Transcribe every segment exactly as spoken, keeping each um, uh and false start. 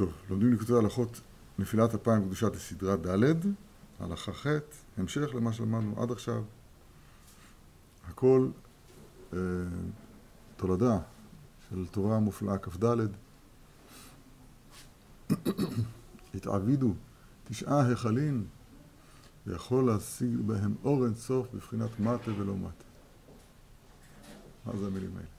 טוב, לומדים לקוטי הלכות נפילת אפיים קדושת הסדרה ד', הלכה ח', המשך למה שלמדנו עד עכשיו. הכל אה, תולדה של תורה מופלאה כ"ד. התעבידו תשעה היכלים ויכול להשיג בהם אור אין סוף בבחינת מטה ולא מטה. מה זה המילים האלה?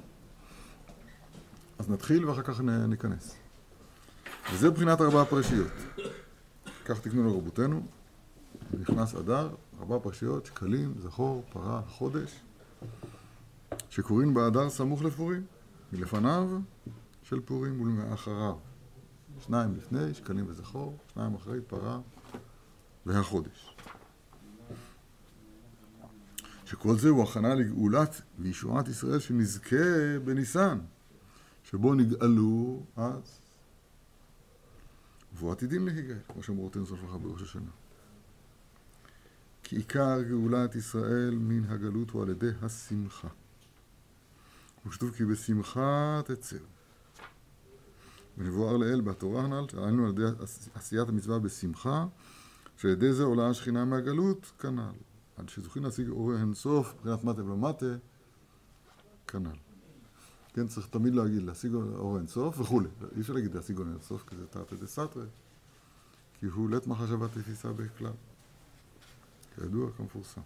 אז נתחיל ואחר כך ניכנס. וזה בחינת ארבע פרשיות. כך תקנו לרבותינו, נכנס אדר, ארבע פרשיות, שקלים, זכור, פרה, חודש, שקוראים באדר סמוך לפורים, מלפניו של פורים ולאחריו. שניים לפני, שקלים וזכור, שניים אחרי, פרה והחודש. שכל זה הוא הכנה לגאולת וישועת ישראל שנזכה בניסן, שבו נגאלו אז, ובו עתידים להיגאל, כמו שאמרו אותנו סוף לך בראש השנה. כי עיקר גאולת ישראל מן הגלות הוא על ידי השמחה. וכתוב כי בשמחה תצאו. ונבואר לאל בתורה הנ"ל, שעלינו על ידי עשיית המצווה בשמחה, שעל ידי זה עולה השכינה מהגלות, כנ"ל. עד שזוכים להשיג אורי אינסוף, מבחינת מטה ולא מטה, כנ"ל. כן, צריך תמיד להגיד, להשיג אור אינסוף וכו'. אי אפשר להגיד להשיג אור אינסוף, כי זה תרתי דסתרי, כי הוא לית מחשבת תפיסה בכלל. כידוע, כמפורסם.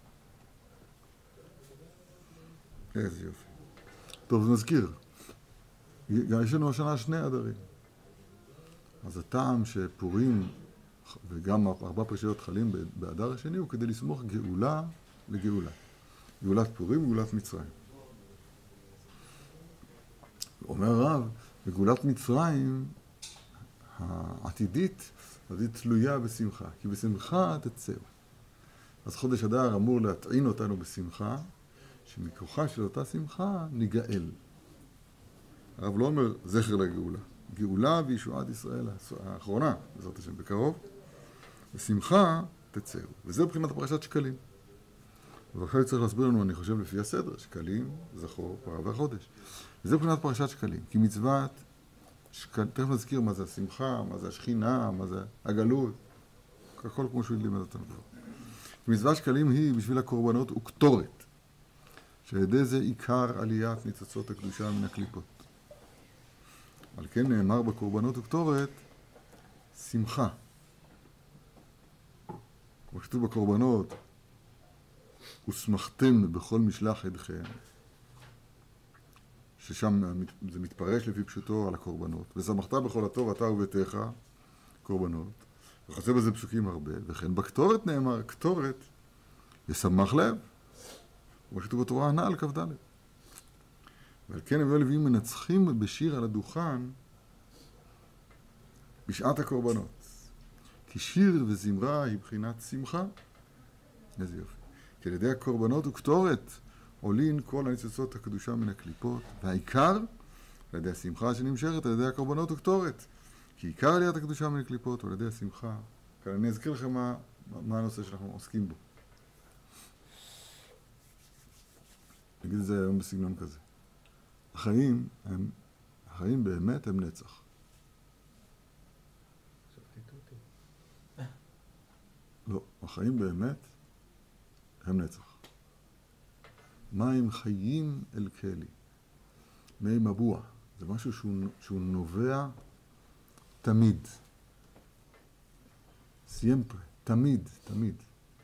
איזה יופי. טוב, נזכיר. יש לנו השנה שני אדרים. אז הטעם שפורים וגם ארבע פרשיות חלים באדר השני הוא כדי לסמוך גאולה לגאולה. גאולת פורים וגאולת מצרים. אומר הרב, בגאולת מצרים העתידית, אז היא תלויה בשמחה, כי בשמחה תצאו. אז חודש אדר אמור להטעין אותנו בשמחה, שמכוחה של אותה שמחה ניגאל. הרב לא אומר זכר לגאולה. גאולה וישועת ישראל האחרונה, בעזרת השם, בקרוב, בשמחה תצאו. וזה מבחינת פרשת שקלים. ועכשיו צריך להסביר לנו, אני חושב, לפי הסדר, שקלים, זכור, פרה והחודש. וזה מבחינת פרשת שקלים, כי מצוות, שקל... תכף נזכיר מה זה השמחה, מה זה השכינה, מה זה הגלות, הכל כמו שהוא לימד אותנו כבר. כי מצוות שקלים היא בשביל הקורבנות וקטורת, שעל ידי זה עיקר עליית ניצוצות הקדושה מן הקליפות. על כן נאמר בקורבנות וקטורת, שמחה. וכתוב בקורבנות, ושמחתם בכל משלח ידכם, ששם זה מתפרש לפי פשוטו על הקורבנות, ושמחת בכל הטוב אתה וביתך, קורבנות, וחסר בזה פסוקים הרבה, וכן בקטורת נאמר, קטורת, ישמח לב, וכתוב בתורה הנ"ל כ"ד. ועל כן נביאי הלוויים מנצחים בשיר על הדוכן בשעת הקורבנות. כי שיר וזמרה היא בחינת שמחה. איזה יופי. כי על ידי הקורבנות וקטורת עולין כל הניצוצות הקדושה מן הקליפות, והעיקר על ידי השמחה שנמשכת על ידי הקורבנות וקטורת. כי עיקר עליית הקדושה מן הקליפות הוא על ידי השמחה. כאן אני אזכיר לכם מה, מה הנושא שאנחנו עוסקים בו. נגיד את זה היום בסגנון כזה. החיים הם, החיים באמת הם נצח. לא, החיים באמת הם נצח. מים חיים אל כלי. מי מבוע. זה משהו שהוא, שהוא נובע תמיד. סיימפרה. תמיד, תמיד.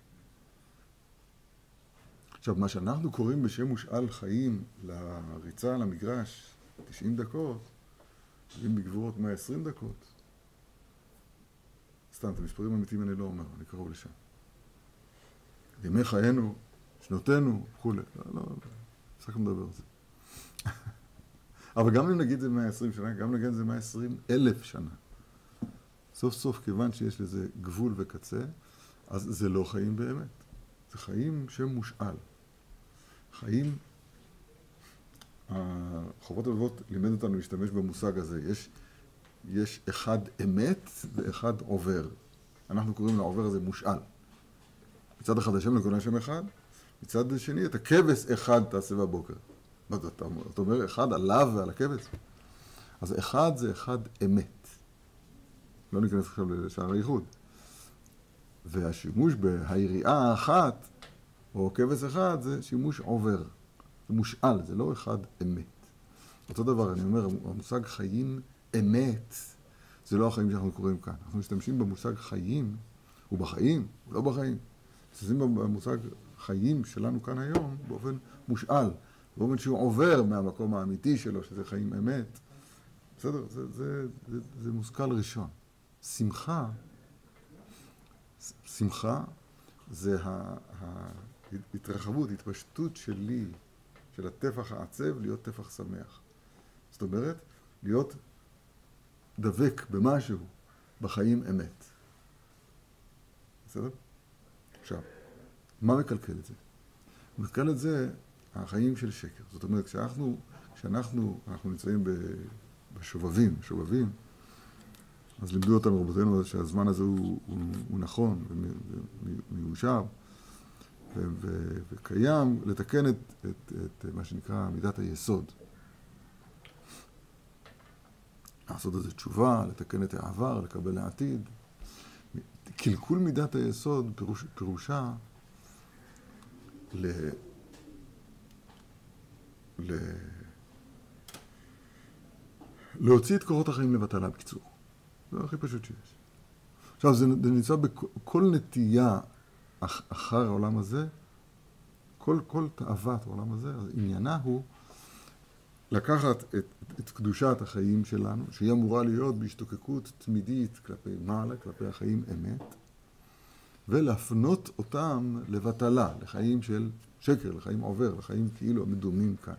עכשיו, מה שאנחנו קוראים בשם מושאל חיים לריצה על המגרש, תשעים דקות, אם בגבורות מאה ועשרים דקות, סתם, את המספרים האמיתיים אני לא אומר, אני קרוב לשם. ימי חיינו, שנותינו, וכו'. לא, לא, לא, צריך לדבר על זה. אבל גם אם נגיד זה מאה ועשרים שנה, גם נגיד זה מאה ועשרים אלף שנה. סוף סוף, כיוון שיש לזה גבול וקצה, אז זה לא חיים באמת. זה חיים שמושאל. חיים, חובות הלבבות לימד אותנו להשתמש במושג הזה. יש, יש אחד אמת ואחד עובר. אנחנו קוראים לעובר הזה מושאל. מצד אחד השם לקוראים לשם אחד, מצד שני את הכבש אחד תעשה בבוקר. מה זאת אומרת? אתה אומר אחד עליו ועל הכבש? אז אחד זה אחד אמת. לא ניכנס עכשיו לשער הייחוד. והשימוש בהיריעה האחת, או כבש אחד, זה שימוש עובר. זה מושאל, זה לא אחד אמת. אותו דבר, אני אומר, המושג חיים אמת, זה לא החיים שאנחנו קוראים כאן. אנחנו משתמשים במושג חיים, הוא בחיים, הוא לא בחיים. משתמשים במושג חיים שלנו כאן היום באופן מושאל, באופן שהוא עובר מהמקום האמיתי שלו, שזה חיים אמת. בסדר? זה, זה, זה, זה מושכל ראשון. שמחה, שמחה זה ההתרחבות, התפשטות שלי, של הטפח העצב, להיות טפח שמח. זאת אומרת, להיות דבק במשהו בחיים אמת. בסדר? עכשיו, מה מקלקל את זה? מקלקל את זה החיים של שקר. זאת אומרת, כשאנחנו, כשאנחנו אנחנו נמצאים בשובבים, שובבים, אז לימדו אותנו רבותינו שהזמן הזה הוא, הוא, הוא נכון ומיושב ו- ו- וקיים לתקן את, את, את מה שנקרא מידת היסוד. לעשות את זה תשובה, לתקן את העבר, לקבל העתיד. קלקול מידת היסוד פירוש, פירושה ל... ל... להוציא את קורות החיים לבטלה בקיצור. זה הכי פשוט שיש. עכשיו, זה נמצא בכל נטייה אח, אחר העולם הזה, כל, כל תאוות העולם הזה, אז עניינה הוא לקחת את, את קדושת החיים שלנו, שהיא אמורה להיות בהשתוקקות תמידית כלפי מעלה, כלפי החיים אמת, ולהפנות אותם לבטלה, לחיים של שקר, לחיים עובר, לחיים כאילו המדומים כאן.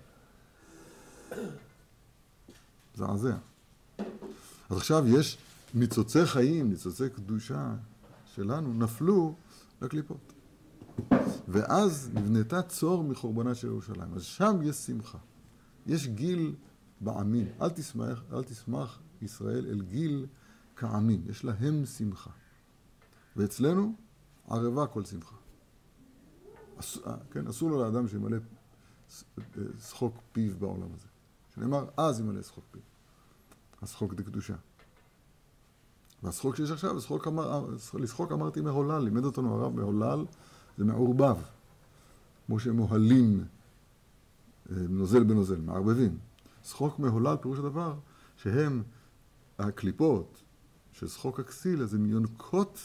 זעזע. אז עכשיו יש ניצוצי חיים, ניצוצי קדושה שלנו, נפלו לקליפות. ואז נבנתה צור מחורבנה של ירושלים. אז שם יש שמחה. יש גיל בעמים. אל תשמח, אל תשמח ישראל אל גיל כעמים. יש להם שמחה. ואצלנו ערבה כל שמחה. אס, כן, אסור לו לאדם שימלא שחוק פיו בעולם הזה. שנאמר, אז ימלא שחוק פיו. השחוק דקדושה. והשחוק שיש עכשיו, לשחוק, אמר, לשחוק אמרתי מהולל, לימד אותנו הרב מהולל, זה מעורבב. כמו שמוהלים נוזל בנוזל, מערבבים. שחוק מהולל פירוש הדבר שהם הקליפות של שחוק הכסיל, אז הן יונקות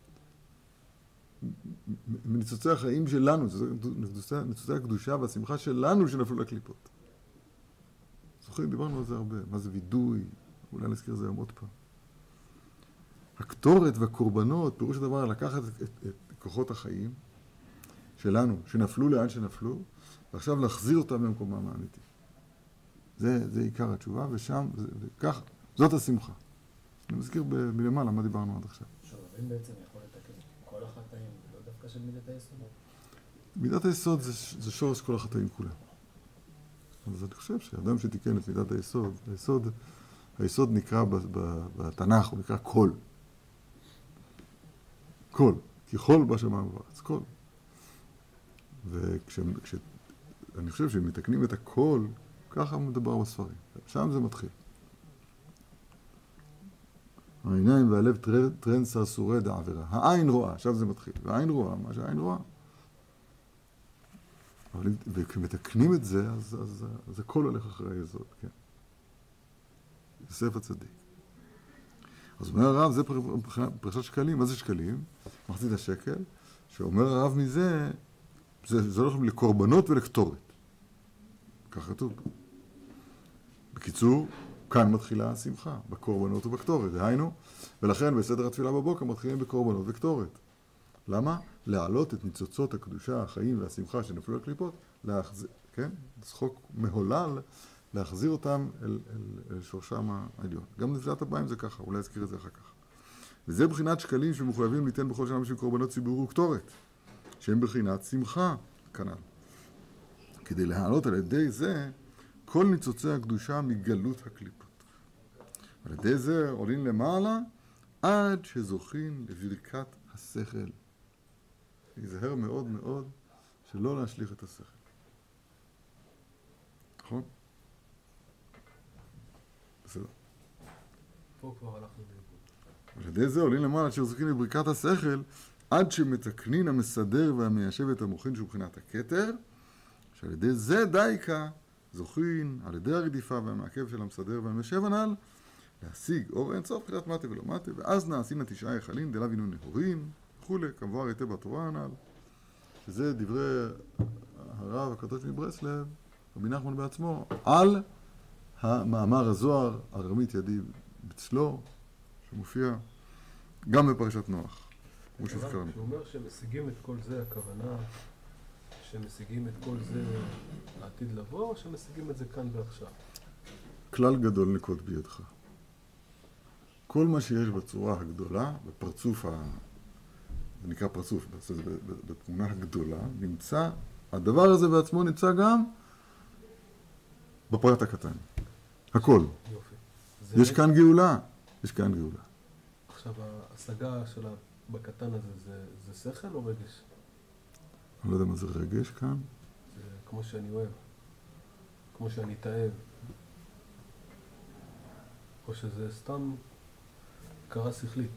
מניצוצי החיים שלנו, ניצוצי הקדושה והשמחה שלנו שנפלו לקליפות. זוכרים, דיברנו על זה הרבה. מה זה וידוי? אולי נזכיר את זה היום עוד פעם. הקטורת והקורבנות, פירוש הדבר, לקחת את, את, את כוחות החיים שלנו, שנפלו לאן שנפלו, ועכשיו להחזיר אותם למקומם האמיתי. זה, זה עיקר התשובה, ושם, וכך, זאת השמחה. אני מזכיר מלמעלה מה דיברנו עד עכשיו. שובבים בעצם יכול לתקן כל החטאים, ולא דווקא של מידת היסוד. מידת היסוד זה, זה שורש כל החטאים כולם. אז אני חושב שאדם שתיקן את מידת היסוד, היסוד, היסוד נקרא בתנ"ך, הוא נקרא קול. קול, כי חול בשמיים ובארץ, קול. ואני חושב שהם מתקנים את הקול, ככה מדבר בספרים. שם זה מתחיל. העיניים והלב טרן סרסורי דעבירה. העין רואה, עכשיו זה מתחיל. והעין רואה, מה שהעין רואה. אבל וכשמתקנים את זה, אז, אז, אז הכל הולך אחרי היסוד, כן. יוסף הצדיק. אז אומר הרב, זה פרשת שקלים. מה זה שקלים? מחצית השקל, שאומר הרב מזה, זה, זה הולך לקורבנות ולקטורת. כך כתוב. בקיצור, כאן מתחילה השמחה, בקורבנות ובקטורת. דהיינו, ולכן בסדר התפילה בבוקר מתחילים בקורבנות וקטורת. למה? להעלות את ניצוצות הקדושה, החיים והשמחה שנפלו לקליפות, להחזיר, כן? שחוק מהולל, להחזיר אותם אל, אל, אל שורשם העליון. גם נפילת אפיים זה ככה, אולי אזכיר את זה אחר כך. וזה בחינת שקלים שמחויבים ליתן בכל שנה בשביל קורבנות ציבור וקטורת, שהם בחינת שמחה, כנ"ל. כדי להעלות על ידי זה כל ניצוצי הקדושה מגלות הקליפות. על ידי זה עולים למעלה עד שזוכים לברכת השכל. להיזהר מאוד מאוד שלא להשליך את השכל. נכון? בסדר. פה כבר הלכנו לאיבוד. על ידי זה עולים למעלה שרזוקים לברכת השכל, עד שמתקנין המסדר והמיישב את המוחין שהוא מבחינת הכתר, שעל ידי זה דייקה זוכין, על ידי הרדיפה והמעכב של המסדר והמיישב הנ"ל, להשיג אור אין סוף בחינת מטה ולא מטה, ואז נעשין התשעה היכלים דלה וינו נהורים וכולי, כמבואר היטב בתורה הנ"ל, שזה דברי הרב הקדוש מברסלב, רבי נחמן בעצמו, על המאמר הזוהר, ארמית ידי בצלו, שמופיע גם בפרשת נוח, כמו שהזכרנו. הוא אומר שמשיגים את כל זה, הכוונה שמשיגים את כל זה לעתיד לבוא, או שמשיגים את זה כאן ועכשיו? כלל גדול נקוט בידך. כל מה שיש בצורה הגדולה, בפרצוף, ה... זה נקרא פרצוף, בתמונה הגדולה, נמצא, הדבר הזה בעצמו נמצא גם בפרט הקטן. הכל. יופי. יש כאן גאולה, יש כאן גאולה. עכשיו, ההשגה שלה בקטן הזה, זה, זה שכל או רגש? אני לא יודע מה זה רגש כאן. זה כמו שאני אוהב, כמו שאני תאהב. או שזה סתם קרה שכלית.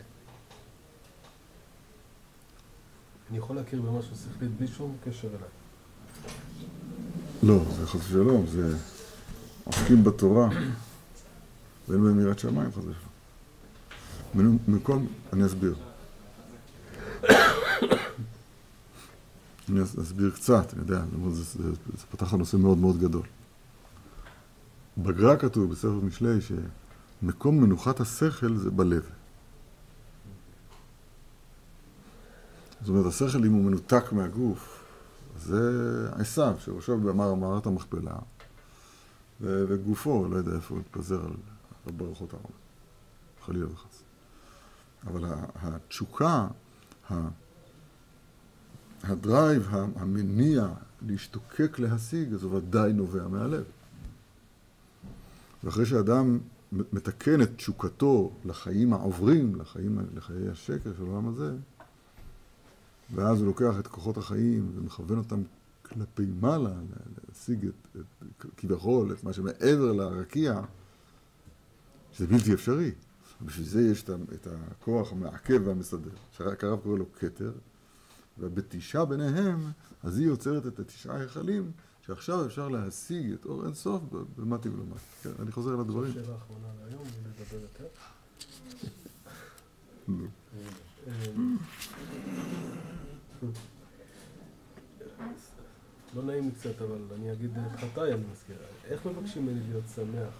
אני יכול להכיר במשהו שכלית בלי שום קשר אליי. לא, זה חס ושלום, זה עוסקים בתורה, ואין בהם יראת שמיים, חס ושלום. מכל, אני אסביר. אני אסביר קצת, אני יודע, זה, זה, זה פתח לנושא מאוד מאוד גדול. בגר"א כתוב בספר משלי שמקום מנוחת השכל זה בלב. זאת אומרת, השכל אם הוא מנותק מהגוף, זה עשיו שראשו במער מערת המכפלה, וגופו, לא יודע איפה הוא התפזר על, על ברכות העולם. חלילה וחס. אבל התשוקה, הדרייב, המניע להשתוקק להשיג, אז הוא ודאי נובע מהלב. ואחרי שאדם מתקן את תשוקתו לחיים העוברים, לחיים, לחיי השקר של העולם הזה, ואז הוא לוקח את כוחות החיים ומכוון אותם כלפי מעלה, להשיג את, את, כביכול את מה שמעבר לרקיע, שזה בלתי אפשרי. בשביל זה יש את הכוח המעכב והמסדר, שהרב קורא לו כתר, ובתשעה ביניהם, אז היא יוצרת את התשעה היכלים, שעכשיו אפשר להשיג את אור אין סוף במתי ולמתי. כן, אני חוזר על הדברים. שאלה אחרונה להיום, ולדבר יותר. לא נעים לי קצת, אבל אני אגיד את חטאי, אני מזכיר. איך מבקשים ממני להיות שמח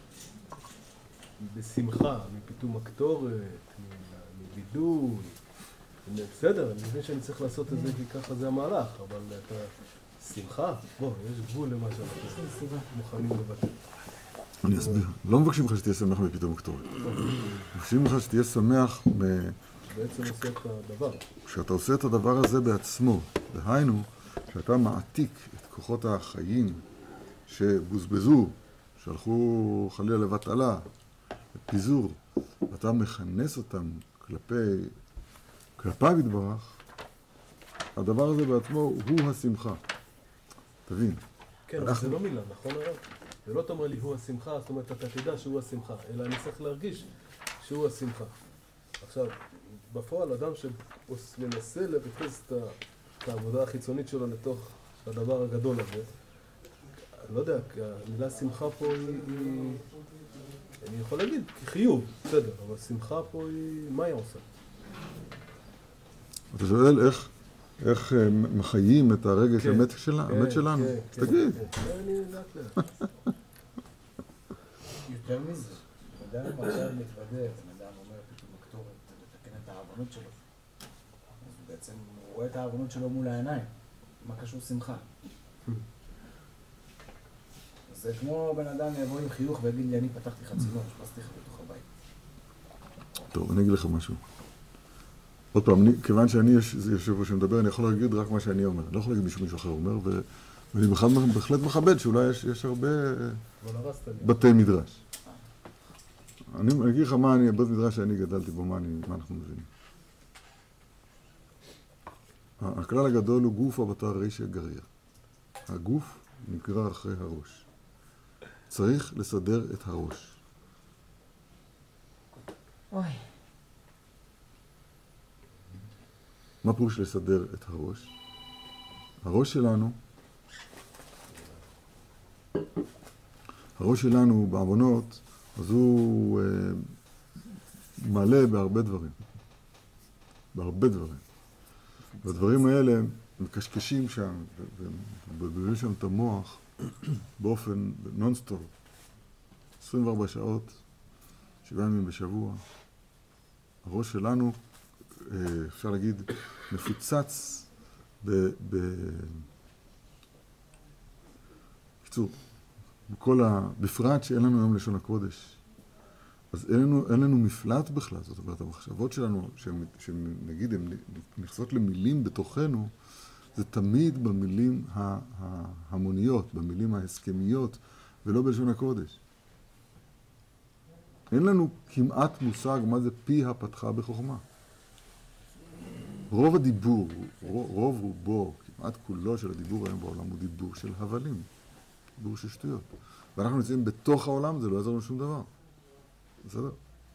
בשמחה, מפתאום הקטורת, מבידול? בסדר, אני מבין שאני צריך לעשות את זה כי ככה זה המהלך, אבל אתה שמחה? בוא, יש גבול למה שאנחנו מוכנים לבטל. אני אסביר. לא מבקשים לך שתהיה שמח מפתאום הקטורת. מבקשים לך שתהיה שמח מ... בעצם עושה את הדבר. כשאתה עושה את הדבר הזה בעצמו, דהיינו, שאתה מעתיק את כוחות החיים שבוזבזו, שהלכו חלילה לבטלה, לפיזור, ואתה מכנס אותם כלפי, כלפיו יתברך, הדבר הזה בעצמו הוא השמחה. תבין. כן, אבל זה לא מילה, נכון הרב? זה לא תאמר לי הוא השמחה, זאת אומרת אתה תדע שהוא השמחה, אלא אני צריך להרגיש שהוא השמחה. עכשיו, בפועל אדם שמנסה לרכז את העבודה החיצונית שלו לתוך הדבר הגדול הזה, אני לא יודע, המילה שמחה פה היא, היא... אני יכול להגיד, כחיוב, בסדר, אבל שמחה פה היא... מה היא עושה? אתה שואל איך, איך מחיים את הרגש האמת שלה, האמת שלנו? אז תגיד. אני לאט לאט. יותר מזה, אדם עכשיו מתוודה, אדם אומר פתאום הקטורת, לתקן את העוונות שלו. אז בעצם הוא רואה את העוונות שלו מול העיניים. מה קשור שמחה? זה כמו בן אדם יבוא עם חיוך ויגיד לי, אני פתחתי חצינות, שפסתי לך בתוך הבית. טוב, אני אגיד לך משהו. עוד פעם, אני, כיוון שאני יושב פה שמדבר, אני יכול להגיד רק מה שאני אומר. אני לא יכול להגיד מישהו מישהו אחר אומר, ו... ואני בהחלט מכבד שאולי יש, יש הרבה בתי מדרש. אני, אני אגיד לך מה אני, בית מדרש שאני גדלתי בו, מה, אני, מה אנחנו מבינים. הכלל הגדול הוא גוף אבטר רישא גריר. הגוף נגרר אחרי הראש. צריך לסדר את הראש. אוי. מה פירוש לסדר את הראש? הראש שלנו, הראש שלנו בעוונות, אז הוא אה, מלא בהרבה דברים. בהרבה דברים. והדברים האלה מקשקשים שם, ומבלבלים שם את המוח באופן נונסטופ. עשרים וארבע שעות, שבעה ימים בשבוע. הראש שלנו, אפשר להגיד, מפוצץ ב... ב... בקיצור, בכל ה... בפרט שאין לנו היום לשון הקודש. אז אין לנו, אין לנו מפלט בכלל, זאת אומרת, המחשבות שלנו, שנגיד, הן נכנסות למילים בתוכנו, זה תמיד במילים ההמוניות, במילים ההסכמיות, ולא בלשון הקודש. אין לנו כמעט מושג מה זה פי הפתחה בחוכמה. רוב הדיבור, רוב רובו, כמעט כולו של הדיבור היום בעולם הוא דיבור של הבלים, דיבור של שטויות. ואנחנו נמצאים בתוך העולם, זה לא יעזור לנו שום דבר. בסדר?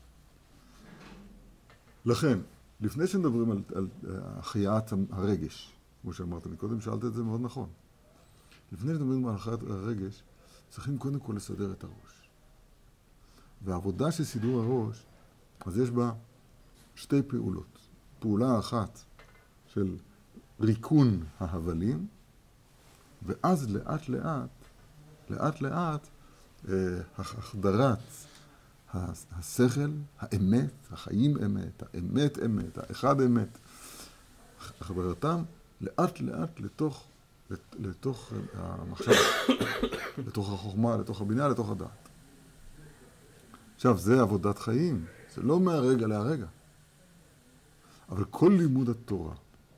לכן, לפני שמדברים על, על החייאת הרגש, כמו שאמרת לי קודם, שאלת את זה מאוד נכון. לפני שמדברים על החייאת הרגש, צריכים קודם כל לסדר את הראש. והעבודה של סידור הראש, אז יש בה שתי פעולות. פעולה אחת של ריקון ההבלים, ואז לאט לאט, לאט לאט, אה, החדרת השכל, האמת, החיים אמת, האמת אמת, האחד אמת, החדרתם לאט לאט לתוך, לתוך המחשב, לתוך החוכמה, לתוך הבינה, לתוך הדעת. עכשיו, זה עבודת חיים, זה לא מהרגע להרגע. אבל כל לימוד התורה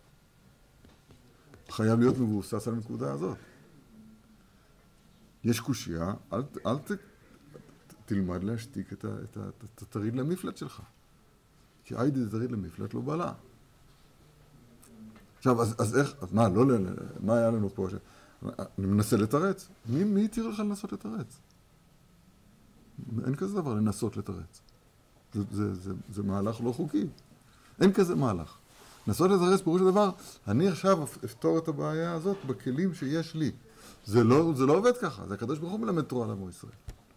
חייב להיות מבוסס על הנקודה הזאת. יש קושיה, אל, אל ת, תלמד להשתיק את, ה, את, ה, את התריד למפלט שלך. כי היידי זה תריד למפלט לא בלה. עכשיו, אז, אז איך, אז מה, לא, מה היה לנו פה? ש... אני מנסה לתרץ. מי, מי התיר לך לנסות לתרץ? אין כזה דבר לנסות לתרץ. זה, זה, זה, זה מהלך לא חוקי. אין כזה מהלך. לנסות לתרץ פירוש הדבר, אני עכשיו אפתור את הבעיה הזאת בכלים שיש לי. זה לא, זה לא עובד ככה, זה הקדוש ברוך הוא מלמד תורה לעמו ישראל.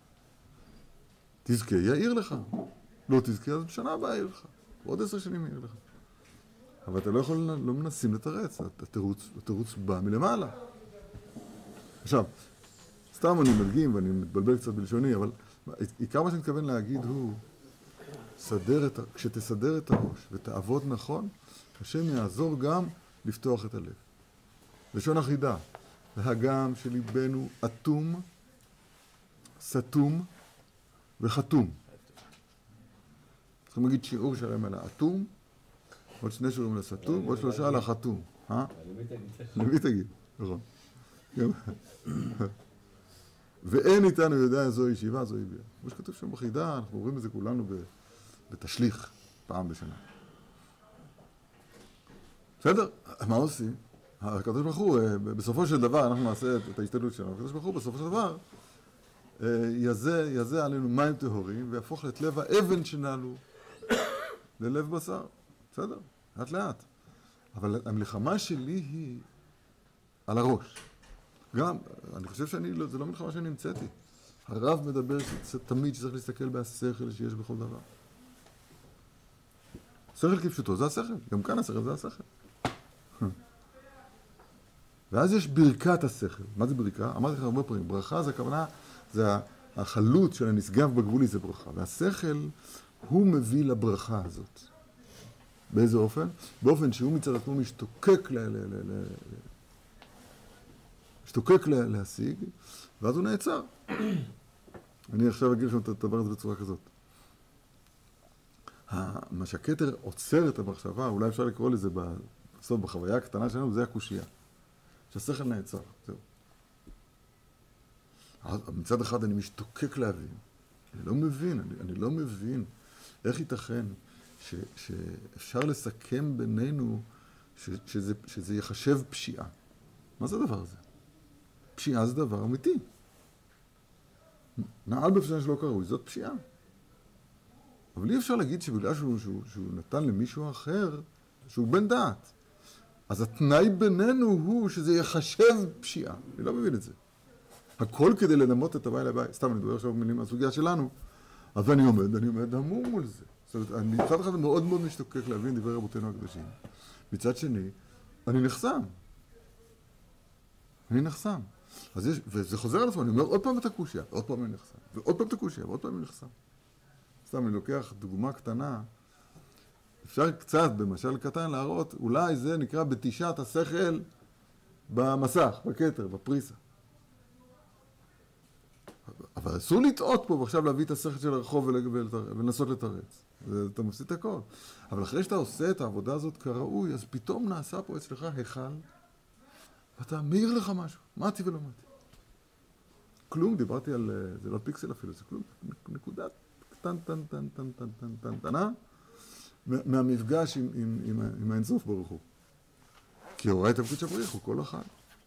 תזכה, יעיר לך. לא תזכה, אז בשנה הבאה יעיר לך. עוד עשר שנים יעיר לך. אבל אתה לא יכול, לא מנסים לתרץ, התירוץ, התירוץ בא מלמעלה. עכשיו, סתם אני מדגים ואני מתבלבל קצת בלשוני, אבל עיקר מה שאני מתכוון להגיד הוא, סדר את, כשתסדר את הראש ותעבוד נכון, השם יעזור גם לפתוח את הלב. לשון אחידה, והגם שליבנו אטום, סתום וחתום. צריכים להגיד שיעור שלהם על האטום, עוד שני שיעורים על הסתום, עוד שלושה על החתום. אה? למי תגיד? נכון. ואין איתנו יודע זו ישיבה, זו יביאה. כמו שכתוב שם בחידה, אנחנו רואים את זה כולנו בתשליך פעם בשנה. בסדר? מה עושים? הקדוש ברוך הוא, בסופו של דבר, אנחנו נעשה את ההשתדלות שלנו, הקדוש ברוך הוא בסופו של דבר יזה, יזה עלינו מים טהורים ויהפוך את לב האבן שלנו ללב בשר. בסדר? לאט לאט. אבל המלחמה שלי היא על הראש. גם, אני חושב שאני, זה לא מלחמה שאני נמצאתי. הרב מדבר תמיד שצריך להסתכל בהשכל שיש בכל דבר. שכל כפשוטו, זה השכל. גם כאן השכל, זה השכל. ואז יש ברכת השכל. מה זה ברכה? אמרתי לך הרבה פעמים, ברכה זה הכוונה, זה החלוט של הנשגב בגבולי, זה ברכה. והשכל, הוא מביא לברכה הזאת. באיזה אופן? באופן שהוא מצד עצמו משתוקק ל... ל... ל... ל... משתוקק לה, להשיג, ואז הוא נעצר. אני עכשיו אגיד לכם את הדבר הזה בצורה כזאת. מה שהכתר עוצר את המחשבה, אולי אפשר לקרוא לזה בסוף, בחוויה הקטנה שלנו, זה הקושייה. שהשכל נעצר, זהו. מצד אחד אני משתוקק להבין, אני לא מבין, אני, אני לא מבין איך ייתכן ש, שאפשר לסכם בינינו ש, שזה, שזה יחשב פשיעה. מה זה הדבר הזה? פשיעה זה דבר אמיתי. נעל בפשיעה שלא קראוי, זאת פשיעה. אבל אי אפשר להגיד שבגלל שהוא, שהוא, שהוא נתן למישהו אחר, שהוא בן דעת, אז התנאי בינינו הוא שזה יחשב פשיעה. אני לא מבין את זה. הכל כדי לנמות את הבעיה לבעיה. סתם, אני מדבר עכשיו במילים מהסוגיה שלנו, אז אני עומד, אני עומד המום מול זה. זאת אומרת, אני מצד אחד מאוד מאוד משתוקק להבין דברי רבותינו הקדושים. מצד שני, אני נחסם. אני נחסם. אז יש, וזה חוזר על עצמו, אני אומר עוד פעם את הקושיה, עוד פעם אני נחסם, ועוד פעם את הקושיה, ועוד פעם אני נחסם. סתם, אני לוקח דוגמה קטנה, אפשר קצת, במשל קטן, להראות, אולי זה נקרא בתישת השכל במסך, בכתר, בפריסה. אבל אסור לטעות פה ועכשיו להביא את השכל של הרחוב ולנסות לתרץ. אתה מפסיד את הכל. אבל אחרי שאתה עושה את העבודה הזאת כראוי, אז פתאום נעשה פה אצלך היכל, ואתה מאיר לך משהו. מתי ולא מתי. כלום, דיברתי על, זה לא פיקסל אפילו, זה כלום, נקודה קטן, טן, טן, טן, טן, טן, טן, טנה, מהמפגש עם, עם, עם, עם האינסוף ברוך הוא. כי הוראי את הקודש הבריך הוא כל אחד.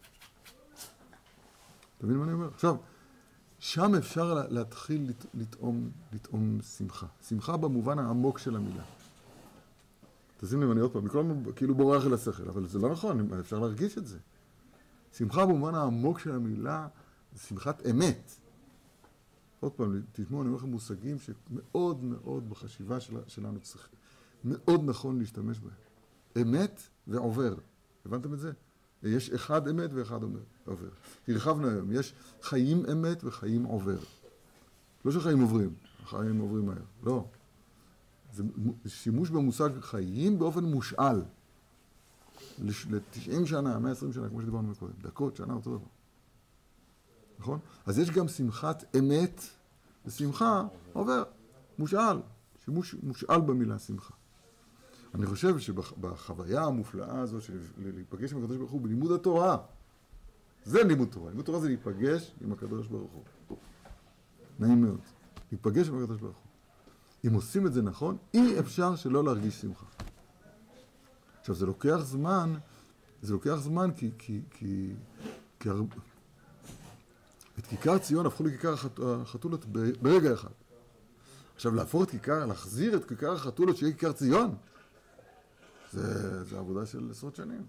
אתה מבין מה אני אומר? עכשיו, שם אפשר להתחיל לטעום, לטעום שמחה. שמחה במובן העמוק של המילה. תשים לי, אני עוד פעם, מכל כאילו בורח אל השכל, אבל זה לא נכון, אפשר להרגיש את זה. שמחה במובן העמוק של המילה, זה שמחת אמת. עוד פעם, תשמעו, אני אומר לכם מושגים שמאוד מאוד בחשיבה של, שלנו צריך, מאוד נכון להשתמש בהם. אמת ועובר. הבנתם את זה? יש אחד אמת ואחד עובר. הרחבנו היום, יש חיים אמת וחיים עובר. לא שחיים עוברים, חיים עוברים מהר. לא. זה שימוש במושג חיים באופן מושאל. ל-תשעים שנה, מאה ועשרים שנה, כמו שדיברנו מקודם. דקות, שנה, אותו דבר. נכון? אז יש גם שמחת אמת ושמחה עובר. מושאל. שימוש מושאל במילה שמחה. אני חושב שבחוויה המופלאה הזו של להיפגש עם הקדוש ברוך הוא בלימוד התורה, זה לימוד תורה. לימוד תורה זה להיפגש עם הקדוש ברוך הוא. נעים מאוד. להיפגש עם הקדוש ברוך הוא. אם עושים את זה נכון, אי אפשר שלא להרגיש שמחה. עכשיו, זה לוקח זמן, זה לוקח זמן כי, כי, כי, כי הר... את כיכר ציון הפכו לכיכר החתולות ברגע אחד. עכשיו, להפוך את כיכר, להחזיר את כיכר החתולות שיהיה כיכר ציון, זה, זה עבודה של עשרות שנים.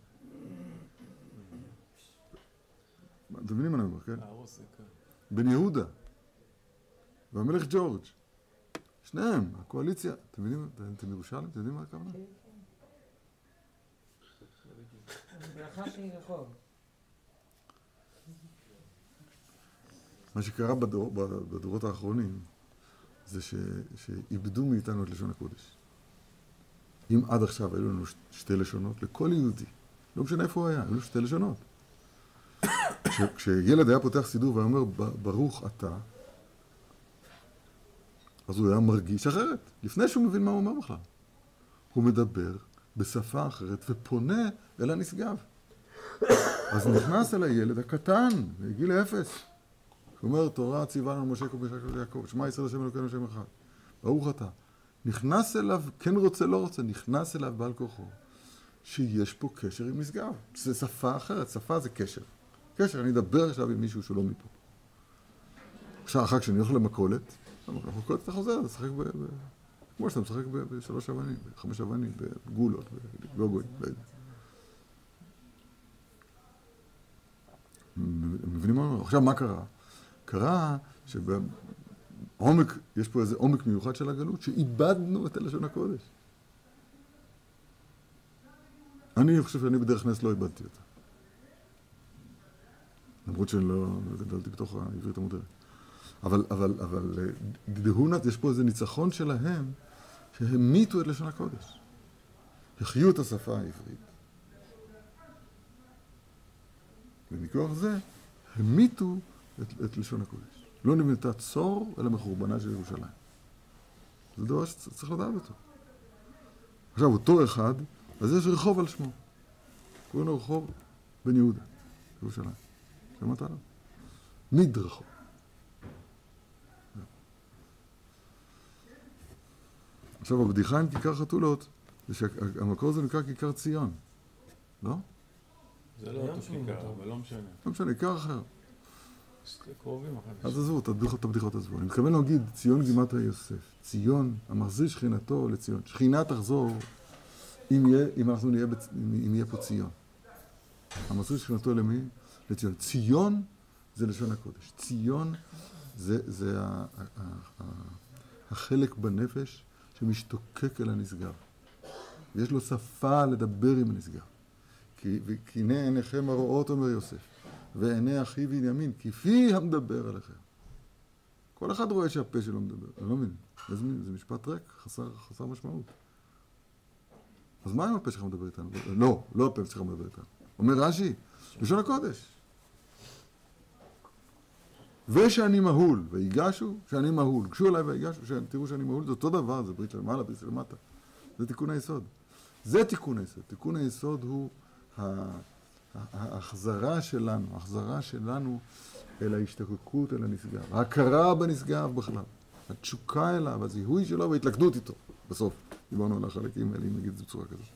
אתם מבינים מה אני אומר, כן? בן יהודה והמלך ג'ורג', שניהם, הקואליציה, אתם מבינים, אתם ירושלים, אתם יודעים מה הכוונה? ברכה של רחוב. מה שקרה בדור, בדורות האחרונים, זה ש, שאיבדו מאיתנו את לשון הקודש. אם עד עכשיו היו לנו שתי לשונות, לכל יהודי, לא משנה איפה הוא היה, היו שתי לשונות. כש, כשילד היה פותח סידור ואומר, ברוך אתה, אז הוא היה מרגיש אחרת, לפני שהוא מבין מה הוא אומר בכלל. הוא מדבר בשפה אחרת ופונה אל הנשגב. אז נכנס אל הילד הקטן, בגיל אפס. הוא אומר, תורה ציווה לנו משה קודש יעקב, שמע ישראל השם אלוקינו השם אחד. ברוך אתה. נכנס אליו, כן רוצה, לא רוצה, נכנס אליו בעל כוחו, שיש פה קשר עם נשגב. זה שפה אחרת, שפה זה קשר. קשר, אני אדבר עכשיו עם מישהו שלא מפה. עכשיו, אחר כשאני הולך למכולת, למכולת אתה חוזר, אתה שחק ב... כמו שאתה משחק בשלוש אבנים, בחמש אבנים, בגולות, בגוגויים, לא יודע. מבינים מה אומר? עכשיו, מה קרה? קרה שבעומק, יש פה איזה עומק מיוחד של הגלות, שאיבדנו את לשון הקודש. אני חושב שאני בדרך נס לא איבדתי אותה. למרות שאני לא גדלתי בתוך העברית המודרת. אבל, אבל, אבל, דהונת, יש פה איזה ניצחון שלהם, שהמיתו את לשון הקודש. החיו את השפה העברית. ומכוח זה, המיתו את, את לשון הקודש. לא נבנתה צור, אלא מחורבנה של ירושלים. זה דבר שצריך לדעת אותו. עכשיו, אותו אחד, אז יש רחוב על שמו. קוראים לו רחוב בן יהודה, ירושלים. שמעת עליו? מדרחוב. עכשיו, הבדיחה עם כיכר חתולות, זה שהמקור הזה נקרא כיכר ציון. לא? זה לא אותו כיכר, אבל לא משנה. לא משנה, כיכר אחר. קרובים אחת. אז עזבו, את הבדיחות עזבו. אני מתכוון להגיד, ציון גימטריה יוסף. ציון, המחזיר שכינתו לציון. שכינה תחזור אם יהיה, אם אנחנו נהיה, אם יהיה פה ציון. המסור שכינתו למי? לציון. ציון זה לשון הקודש. ציון זה, זה ה, ה, ה, החלק בנפש שמשתוקק אל הנשגב. ויש לו שפה לדבר עם הנשגב. כי, כי הנה עיניכם הרואות, אומר יוסף, ועיני אחי בנימין, כפי המדבר עליכם. כל אחד רואה שהפה שלו מדבר. אני לא מבין. זה, זה משפט ריק, חסר, חסר משמעות. אז מה אם הפה שלך מדבר איתנו? לא, לא הפה שלך מדבר איתנו. אומר רש"י, לשון הקודש. ושאני מהול, ויגשו, שאני מהול. גשו אליי ויגשו, תראו שאני מהול, זה אותו דבר, זה ברית למעלה, ברית למטה. זה תיקון היסוד. זה תיקון היסוד. תיקון היסוד הוא ההחזרה שלנו, ההחזרה שלנו אל ההשתוקקות, אל הנשגב. ההכרה בנשגב בכלל. התשוקה אליו, הזיהוי שלו וההתלכדות איתו. בסוף, דיברנו על החלקים האלה, אם נגיד את זה בצורה כזאת.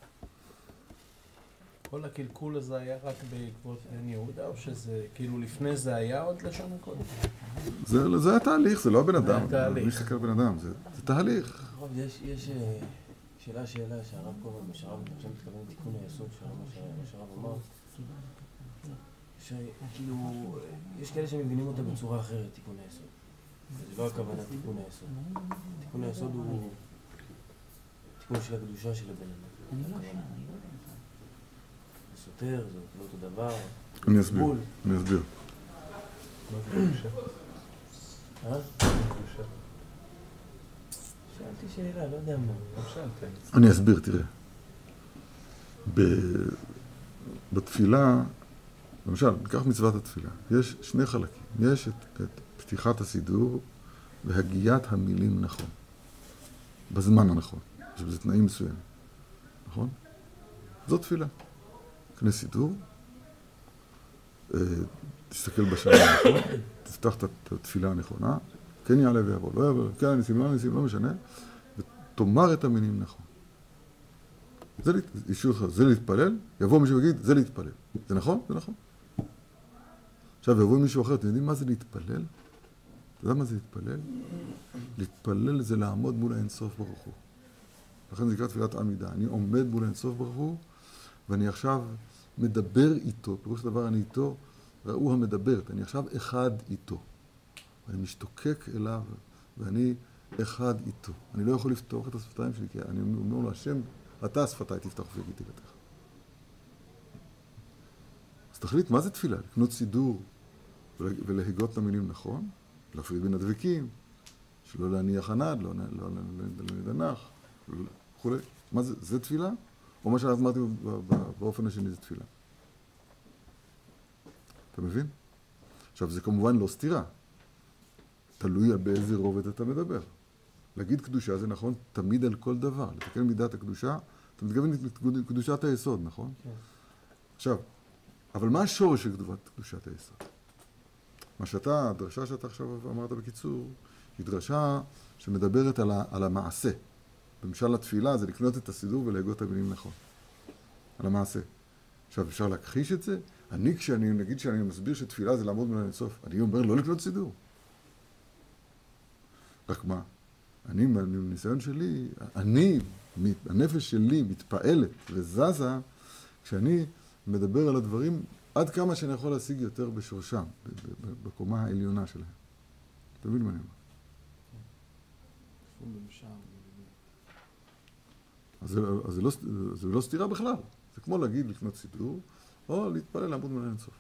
כל הקלקול הזה היה רק בעקבות בן יהודה, או שזה, כאילו לפני זה היה עוד לשון הקודש? זה, זה התהליך, זה לא הבן אדם. זה התהליך. מי מסתכל בן אדם, זה, זה תהליך. יש, יש שאלה, שאלה שהרב קורא, שהרב מתכוון לתיקון היסוד שהרב אמר, שכאילו, יש כאלה שמבינים אותה בצורה אחרת, תיקון היסוד. זה לא הכוונה תיקון היסוד. תיקון היסוד הוא תיקון של הקדושה של הבן אדם. זה סותר, זה לא אותו דבר. אני אסביר, אני אסביר. מה זה קדושה? אה? קדושה. שאלתי שאלה, לא יודע מה. לא שאלתם. אני אסביר, תראה. בתפילה, למשל, ניקח מצוות התפילה. יש שני חלקים. יש את, את פתיחת הסידור והגיית המילים נכון. בזמן הנכון. יש בזה תנאים מסוימים. נכון? זו תפילה. קנה סידור, תסתכל בשעה הנכון, תפתח את התפילה הנכונה, כן יעלה ויבוא, לא יבוא, כן ניסים, לא ניסים, לא משנה, ותאמר את המינים נכון. זה, אישור לך, זה להתפלל, יבוא מישהו ויגיד, זה להתפלל. זה נכון? זה נכון. עכשיו יבוא מישהו אחר, אתם יודעים מה זה להתפלל? אתה יודע מה זה להתפלל? להתפלל זה לעמוד מול האינסוף ברוך הוא. לכן זה נקרא תפילת עמידה. אני עומד מול האינסוף ברוך הוא, ואני עכשיו מדבר איתו, פירוש הדבר אני איתו, ראו המדברת, אני עכשיו אחד איתו. אני משתוקק אליו, ואני אחד איתו. אני לא יכול לפתוח את השפתיים שלי, כי אני אומר לו, השם, אתה השפתיים תפתח וגיתי תהילתך. אז תחליט, מה זה תפילה? לקנות סידור ולהגות את המילים נכון, להפריד בין הדבקים, שלא להניח ענד, לא להניח, וכו'. מה זה? זה תפילה? או מה שאני אמרתי באופן השני זה תפילה. אתה מבין? עכשיו, זה כמובן לא סתירה. תלוי על באיזה רובד אתה מדבר. להגיד קדושה זה נכון תמיד על כל דבר. לתקן מידת הקדושה, אתה מתכוון את קדושת היסוד, נכון? כן. עכשיו, אבל מה השורש של קדושת היסוד? מה שאתה, הדרשה שאתה עכשיו אמרת בקיצור, היא דרשה שמדברת על, ה, על המעשה. במשל התפילה זה לקנות את הסידור ולהגות את המילים נכון. על המעשה. עכשיו, אפשר להכחיש את זה? אני, כשאני, נגיד שאני מסביר שתפילה זה לעמוד מול האינסוף, אני אומר לא לקנות סידור. רק מה? אני, בניסיון שלי, אני, הנפש שלי מתפעלת וזזה כשאני מדבר על הדברים עד כמה שאני יכול להשיג יותר בשורשם, בקומה העליונה שלהם. אתה מבין מה אני אומר? אז זה, אז זה, לא, זה לא סתירה בכלל. זה כמו להגיד לקנות סידור, או להתפלל לעמוד מול האינסוף.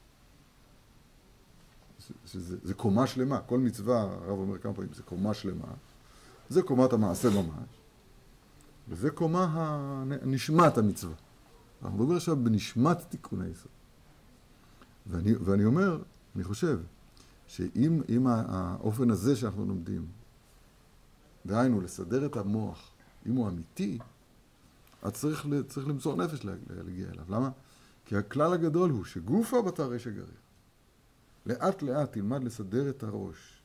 זה, זה קומה שלמה. כל מצווה, הרב אומר כמה פעמים, זה קומה שלמה. זה קומת המעשה ממש. וזה קומה הנשמת המצווה. אנחנו מדברים עכשיו בנשמת תיקון היסוד. ואני, ואני אומר, אני חושב, שאם אם האופן הזה שאנחנו לומדים, דהיינו, לסדר את המוח, אם הוא אמיתי, אז צריך, צריך למצוא נפש להגיע אליו. למה? כי הכלל הגדול הוא שגופה בתר רשע גריר. לאט לאט תלמד לסדר את הראש.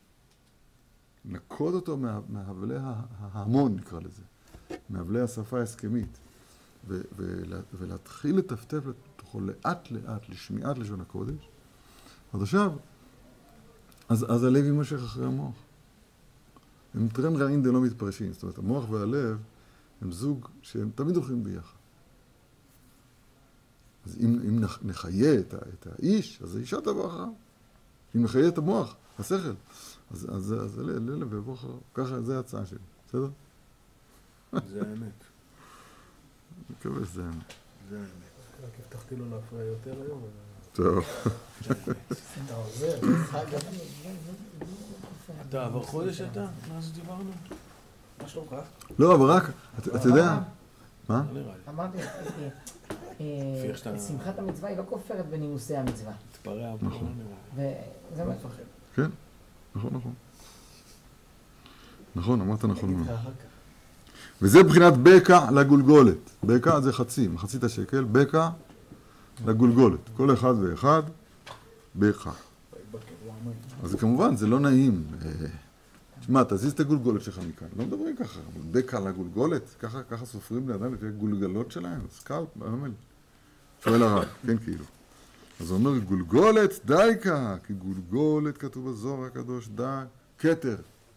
נקוד אותו מה, מהבלי ההמון, נקרא לזה. מהבלי השפה ההסכמית. ו, ולה, ולהתחיל לטפטף לתוכו לאט לאט לשמיעת לשון הקודש. אז עכשיו, אז, אז הלב יימשך אחרי המוח. הם תרם רעין די לא מתפרשים. זאת אומרת, המוח והלב הם זוג שהם תמיד הולכים ביחד. אז אם, אם נחיה את, את האיש, אז האישה תבוא אחריו. אם נחיה את המוח, השכל, אז, אז, אז אלה ויבוא אחריו. ככה, זה ההצעה שלי, בסדר? זה האמת. אני מקווה שזה האמת. זה האמת. רק הבטחתי לו להפריע יותר היום. טוב. אתה עוזר, אתה עבר חודש אתה? מאז דיברנו? מה שלומך? לא, אבל רק, אתה יודע... מה? לא נראה לי. אמרתי, לפי שאתה- שמחת המצווה היא לא כופרת בנימוסי המצווה. תתפרע, אבל לא נראה לי. וזה מה מפחד. כן, נכון, נכון. נכון, אמרת נכון מאוד. וזה בחינת בקע לגולגולת. בקע זה חצי, מחצית השקל, בקע לגולגולת. כל אחד ואחד, בקע. אז כמובן, זה לא נעים. תשמע, תזיז את הגולגולת שלך מכאן. לא מדברים ככה, אבל בקע לגולגולת, ככה, ככה סופרים לאדם לפי הגולגלות שלהם, סקלפ, באמת. שואל הרב, כן כאילו. אז הוא אומר, גולגולת דייקה, כי גולגולת כתוב בזוהר הקדוש, די, כתר.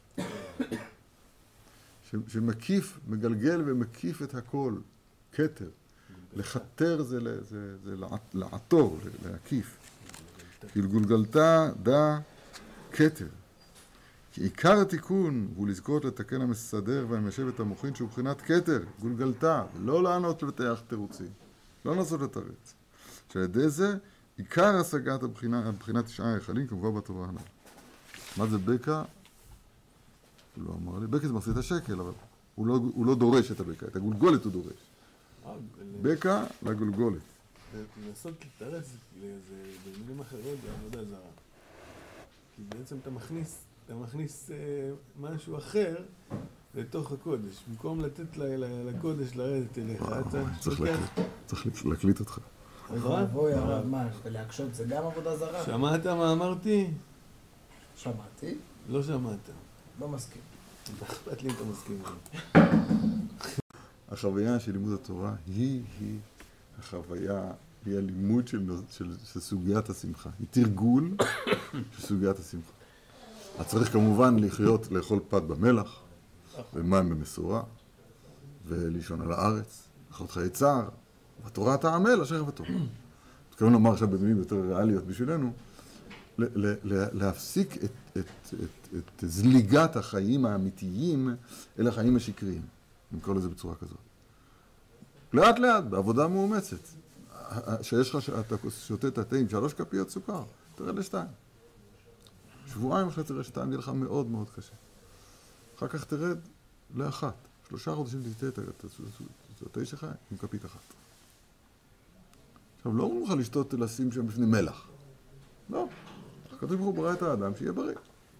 ש- שמקיף, מגלגל ומקיף את הכל, כתר. לחתר זה, ל- זה, זה לעט- לעטור, ל- להקיף. כי גולגלתה דה כתר. כי עיקר התיקון הוא לזכות לתקן המסדר והמשבת המוחין שהוא בחינת כתר, גולגלתה, לא לענות לבטח תירוצים, לא לנסות לתרץ. שעל ידי זה עיקר השגת הבחינה, הבחינת תשעה היחלים כמובן בתורה הנ"ל. מה זה בקע? הוא לא אמר לי, בקע זה מחצית השקל, אבל הוא לא, הוא לא דורש את הבקע, את הגולגולת הוא דורש. אה, בקע לגולגולת. לנסות לתרץ זה במילים אחרות בעבודה זרה. כי בעצם אתה מכניס, אתה מכניס אה, משהו אחר לתוך הקודש. במקום לתת ל- ל- לקודש לרדת אליך, אתה צריך לוקח... להקליט, צריך להקליט אותך. נכון? אוי הרב, מה, ולהקשות זה גם עבודה זרה? שמעת מה אמרתי? שמעתי, לא שמעת. לא מסכים. אכפת לי אם אתה מסכים. החוויה של לימוד התורה היא, היא החוויה, היא הלימוד של, של, של סוגיית השמחה. היא תרגול של סוגיית השמחה. אז צריך כמובן לחיות, לאכול פת במלח, ומים במשורה, ולישון על הארץ, לחיות חיי צער, והתורה תעמל, אשר בתורה. מתכוון לומר עכשיו במילים יותר ריאליות בשבילנו, ל- ל- ל- להפסיק את, את, את, את זליגת החיים האמיתיים אל החיים השקריים. אני קורא לזה בצורה כזאת. לאט לאט, בעבודה מאומצת. שיש לך, אתה שותה את התה עם שלוש כפיות סוכר, תרד לשתיים. שבועיים אחרי תרד לשתיים, יהיה לך מאוד מאוד קשה. אחר כך תרד לאחת. שלושה חודשים תשתה את התה שלך עם כפית אחת. עכשיו, לא אומרים לך לשתות, לשים שם בפני מלח. לא. הקדוש ברוך הוא ברא את האדם, שיהיה בריא.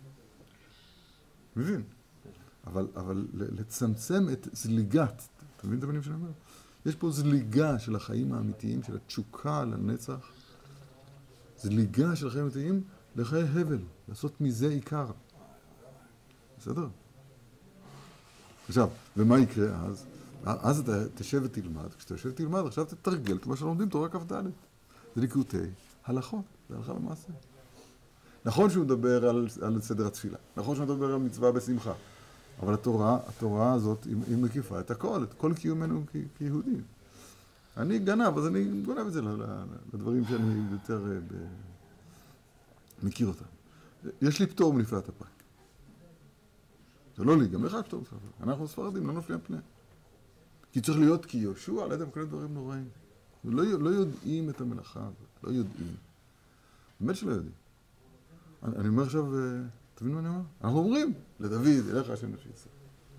מבין? אבל, אבל לצמצם את זליגת, אתה מבין את הבנים שאני אומר? יש פה זליגה של החיים האמיתיים, של התשוקה לנצח, זליגה של החיים האמיתיים לחיי הבל, לעשות מזה עיקר. בסדר? עכשיו, ומה יקרה אז? אז אתה תשב ותלמד, כשאתה יושב ותלמד, עכשיו תתרגל את מה שלומדים תורה כ"ד. זה ליקוטי הלכות, זה הלכה למעשה. נכון שהוא מדבר על, על סדר התפילה, נכון שהוא מדבר על מצווה בשמחה, אבל התורה, התורה הזאת היא, היא מקיפה את הכל, את כל קיומנו כ, כיהודים. אני גנב, אז אני גונב את זה לדברים שאני יותר ב... מכיר אותם. יש לי פטור מנפילת אפיים. זה לא לי, גם לך פטור מנפילת אפיים. אנחנו ספרדים, לא נופלים פני. כי צריך להיות כי יהושע, על ידם כל דברים נוראים. לא, לא יודעים את המלאכה הזאת, לא יודעים. באמת שלא יודעים. אני, אני אומר עכשיו, תבינו מה אני אומר? אנחנו אומרים, לדוד, אליך השם נפשי ישראל.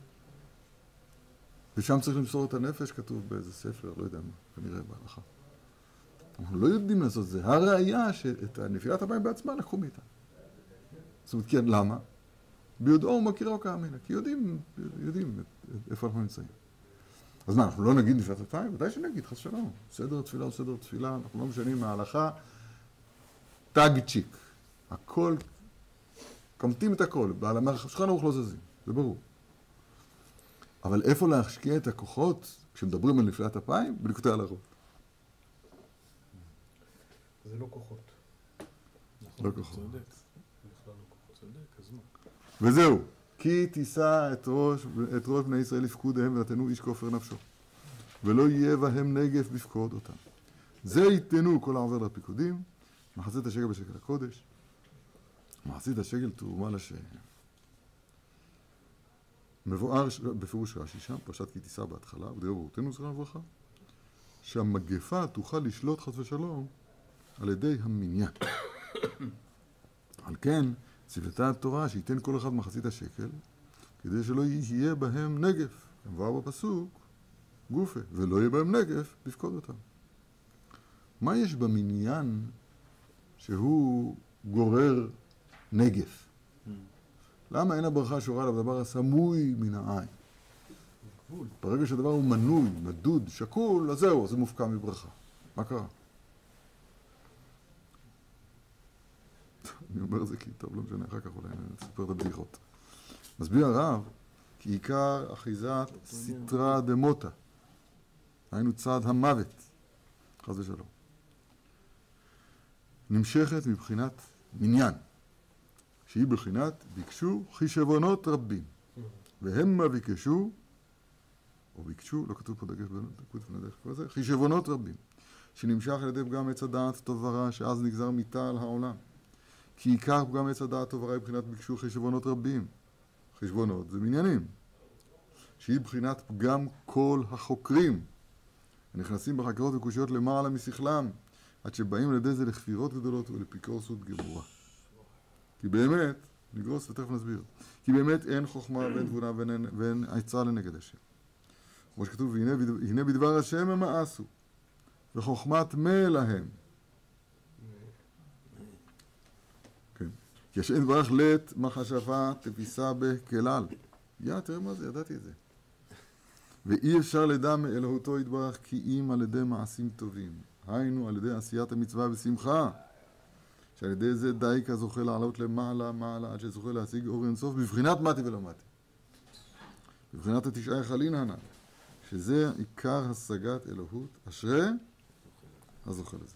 ושם צריך למסור את הנפש, כתוב באיזה ספר, לא יודע מה, כנראה בהלכה. אנחנו לא יודעים לעשות זה. הראיה שאת הנפילת אפיים בעצמה לקחו מאיתנו. זאת אומרת, כן, למה? ביודעו הוא מכירו כאמינה, כי יודעים, יודעים איפה אנחנו נמצאים. אז מה, אנחנו לא נגיד נפילת אפיים? ודאי שנגיד, חס שלום. סדר תפילה הוא סדר תפילה, אנחנו לא משנים מההלכה. תג צ'יק. הכל, קמתים את הכל, שולחן ערוך לא זזים, זה ברור. אבל איפה להשקיע את הכוחות כשמדברים על נפילת אפיים? בליקוטי הלכות. זה לא כוחות. לא כוחות. צודק. בכלל לא כוחות. צודק, אז מה? וזהו. כי תישא את ראש, את ראש בני ישראל לפקודיהם ונתנו איש כופר נפשו. ולא יהיה בהם נגף בפקוד אותם. זה ייתנו כל העובר לפיקודים, מחצית השקל בשקל הקודש, מחצית השקל תרומה לשם. מבואר בפירוש רש"י שם, פרשת כי תישא בהתחלה, בדברי ברותנו זכרם לברכה, שהמגפה תוכל לשלוט חס ושלום על ידי המניין. על כן, ציוותה התורה שייתן כל אחד מחצית השקל, כדי שלא יהיה בהם נגף. מבואר בפסוק, גופה, ולא יהיה בהם נגף, לפקוד אותם. מה יש במניין שהוא גורר נגף? למה אין הברכה שורה עליו דבר הסמוי מן העין? ברגע שהדבר הוא מנוי, מדוד, שקול, אז זהו, זה מופקע מברכה. מה קרה? אני אומר את זה כי טוב, לא משנה, אחר כך אולי נספר את הבדיחות. מסביר הרב, כי עיקר אחיזת סטרא דמותא, היינו צעד המוות, חס ושלום, נמשכת מבחינת מניין, שהיא בחינת ביקשו חישבונות רבים, והם ביקשו, או ביקשו, לא כתוב פה דגש בנדך, חישבונות רבים, שנמשך על ידי פגם עץ הדעת טוב ורע, שאז נגזר מיתה על העולם. כי עיקר פגם עץ הדעת טוב ורע היא בחינת ביקשו חישבונות רבים. חשבונות זה מניינים, שהיא בחינת פגם כל החוקרים, הנכנסים בחקירות וקושיות למעלה משכלם, עד שבאים על ידי זה לכפירות גדולות ולפיקורסות גמורה. כי באמת, נגרוס ותכף נסביר, כי באמת אין חוכמה ואין תבונה ואין, ואין עצה לנגד השם. כמו שכתוב, והנה, הנה בדבר השם הם מאסו, וחוכמת מה להם. כן. כי השם דברך לית מחשבה תפיסה בכלל. יא, תראה מה זה, ידעתי את זה. ואי אפשר לדע מאלוהותו יתברך כי אם על ידי מעשים טובים. היינו על ידי עשיית המצווה בשמחה. שעל ידי זה דייקה זוכה לעלות למעלה, מעלה, עד שזוכה להשיג אור אינסוף בבחינת מתי ולא מתי. בבחינת התשעה יחלין הנ"ל. שזה עיקר השגת אלוהות, אשרי הזוכה לזה.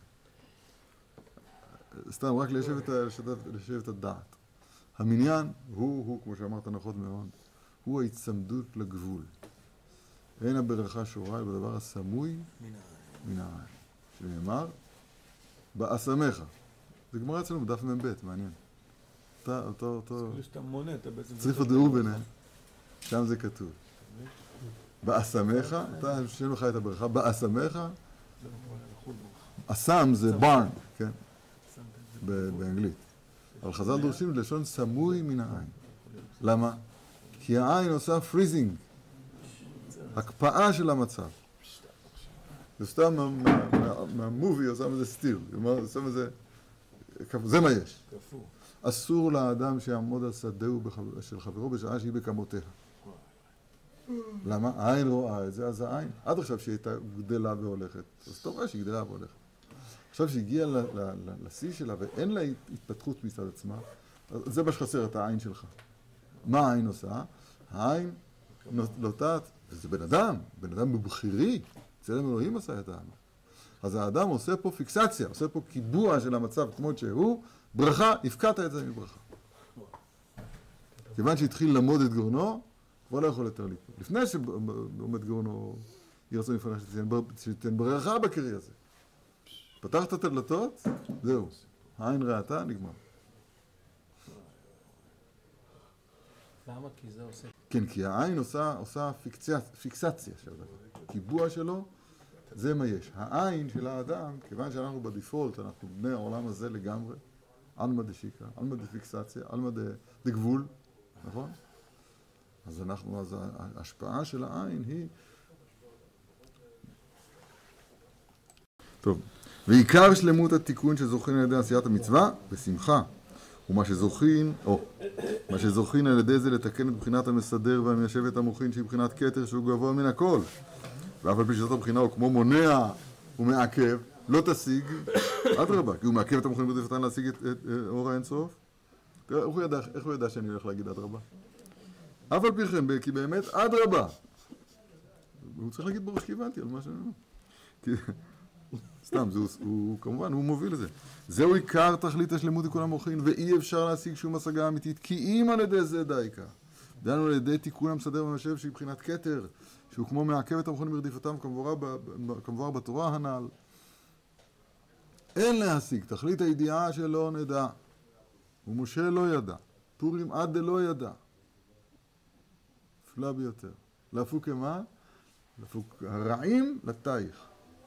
סתם, רק ליישב את, ליישב את הדעת. המניין הוא, הוא, כמו שאמרת נכון מאוד, הוא ההצמדות לגבול. אין הברכה שורה, אלא בדבר הסמוי מן העין. שנאמר, באסמך. זה גמרא אצלנו בדף מ"ב, מעניין. אתה, אותו, אותו... כאילו שאתה מונה, אתה בעצם... צריף הדאור ביניהם, שם זה כתוב. באסמך, אתה שואל לך את הברכה, באסמך, אסם זה barn, כן, באנגלית. אבל חז"ל דורשים לשון סמוי מן העין. למה? כי העין עושה פריזינג, הקפאה של המצב. זה סתם מהמובי עושה מזה סטיר, עושה מזה, זה מה יש. אסור לאדם שיעמוד על שדהו של חברו בשעה שהיא בקמותיה. למה? העין רואה את זה, אז העין, עד עכשיו שהיא הייתה גדלה והולכת, אז אתה רואה שהיא גדלה והולכת. עכשיו שהיא הגיעה לשיא שלה ואין לה התפתחות מצד עצמה, זה מה שחסר, את העין שלך. מה העין עושה? העין נוטעת, וזה בן אדם, בן אדם בבחירי, צלם אלוהים עשה את העין. אז האדם עושה פה פיקסציה, עושה פה קיבוע של המצב כמות שהוא, ברכה, הפקעת את זה מברכה. כיוון שהתחיל למוד את גאונו, כבר לא יכול יותר ליפול. לפני שעומד גאונו, יהיה רצון לפניך שתיתן ברכה בקרי הזה. פתחת את הדלתות, זהו. העין ראתה, נגמר. למה? כי זה עושה... כן, כי העין עושה, עושה פיקסציה, פיקסציה של הדבר. קיבוע שלו, זה מה יש. העין של האדם, כיוון שאנחנו בדיפולט, אנחנו בני העולם הזה לגמרי, עלמא דשיקרא, עלמא דפיקסציה, עלמא דגבול, נכון? אז אנחנו, אז ההשפעה של העין היא... טוב, ועיקר שלמות התיקון שזוכין על ידי עשיית המצווה, בשמחה, ומה שזוכין, או, מה שזוכין על ידי זה לתקן את בחינת המסדר והמיישב את המוחין שהיא בחינת כתר שהוא גבוה מן הכל. ואף על פי שזאת הבחינה הוא כמו מונע ומעכב, לא תשיג, אדרבה, כי הוא מעכב את המוחין בדפתן להשיג את, את, את אור האינסוף. תראה, איך הוא ידע, איך הוא ידע שאני הולך להגיד אדרבה? אף על פי כן, כי באמת אדרבה. הוא צריך להגיד בראש כיוונתי על מה שאני אומר. סתם, זה, הוא, הוא, כמובן, הוא מוביל לזה. זהו עיקר תכלית השלמות תיקון המוחין, ואי אפשר להשיג שום השגה אמיתית, כי אם על ידי זה דייקה. דנו על ידי תיקון המסדר ומיישב שהיא בחינת כתר, שהוא כמו מעכב את המוחין ברדיפתם כמבואר בתורה הנ"ל. אין להשיג, תכלית הידיעה שלא נדע. ומשה לא ידע, פורים עד דלא ידע. נפלא ביותר. להפוק מה? להפוק הרעים לתייך.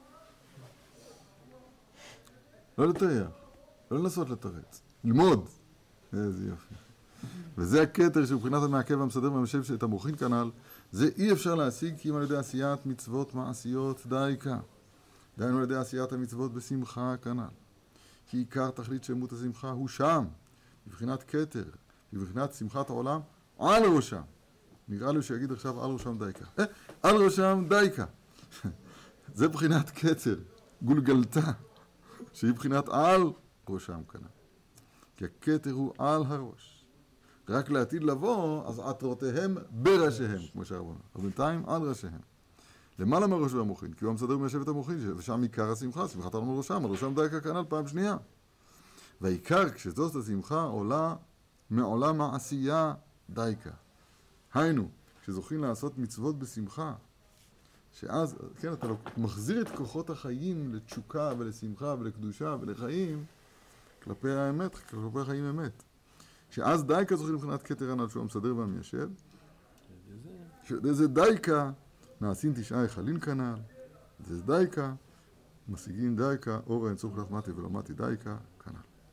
לא לטייח, לא לנסות לתרץ, ללמוד. איזה יופי. וזה הכתר שבחינת המעכב והמסדר והמשב את המוחין כנ"ל, זה אי אפשר להשיג כי אם על ידי עשיית מצוות מעשיות דייקה. דהיינו על ידי עשיית המצוות בשמחה כנ"ל. כי עיקר תכלית שלמות השמחה הוא שם, בבחינת כתר, בבחינת שמחת העולם, על ראשם. נראה לי שיגיד עכשיו על ראשם דייקה. אה, על ראשם דייקה. זה בחינת כתר, גולגלתה, שהיא בחינת על ראשם כנ"ל. כי הכתר הוא על הראש. רק לעתיד לבוא, אז עטרותיהם בראשיהם, כמו שהרבון. אבל בינתיים על ראשיהם. למעלה מהראש והמוחין, כי הוא המסדר ומיישב את המוחין, ושם עיקר השמחה, שמחת העולם על ראשם, על ראשם דייקה כנ"ל פעם שנייה. והעיקר כשזאת השמחה עולה מעולם העשייה דייקה. היינו, כשזוכים לעשות מצוות בשמחה, שאז, כן, אתה מחזיר את כוחות החיים לתשוקה ולשמחה ולקדושה ולחיים, כלפי האמת, כלפי החיים אמת. שאז דייקה זוכים מבחינת כתר הנ"ל שהוא המסדר והמיישב, שזה דייקה, נעשים תשעה היכלין כנ"ל, זה דייקה, משיגים דייקה, אור האינסוף כלת מתי ולא מתי דייקה, כנ"ל.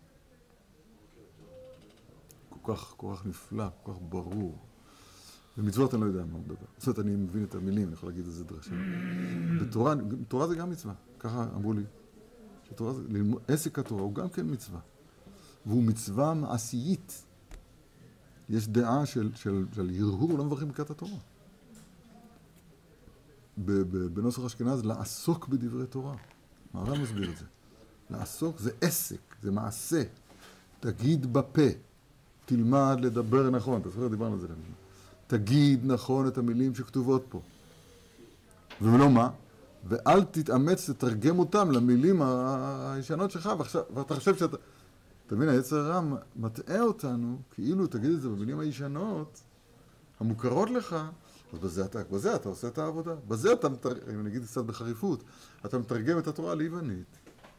כל כך, כל כך נפלא, כל כך ברור. במצוות אני לא יודע מה הוא מדבר. זאת אומרת, אני מבין את המילים, אני יכול להגיד איזה דרשים. בתורה, תורה זה גם מצווה, ככה אמרו לי. שתורה זה, עסק התורה הוא גם כן מצווה. והוא מצווה מעשיית. יש דעה של, של, של הרהור, לא מברכים ברכת התורה. בנוסח אשכנז, לעסוק בדברי תורה. מהר"ם מסביר את זה. לעסוק זה עסק, זה מעשה. תגיד בפה, תלמד לדבר נכון. אתה זוכר, דיברנו על זה למילים. תגיד נכון את המילים שכתובות פה. ולא מה? ואל תתאמץ לתרגם אותם למילים הישנות שלך, ועכשיו, ואתה חושב שאתה... אתה מבין, היצר הרע מטעה אותנו, כאילו תגיד את זה במילים הישנות, המוכרות לך, אז בזה אתה, בזה אתה עושה את העבודה. בזה אתה, אם נגיד קצת בחריפות, אתה מתרגם את התורה ליוונית.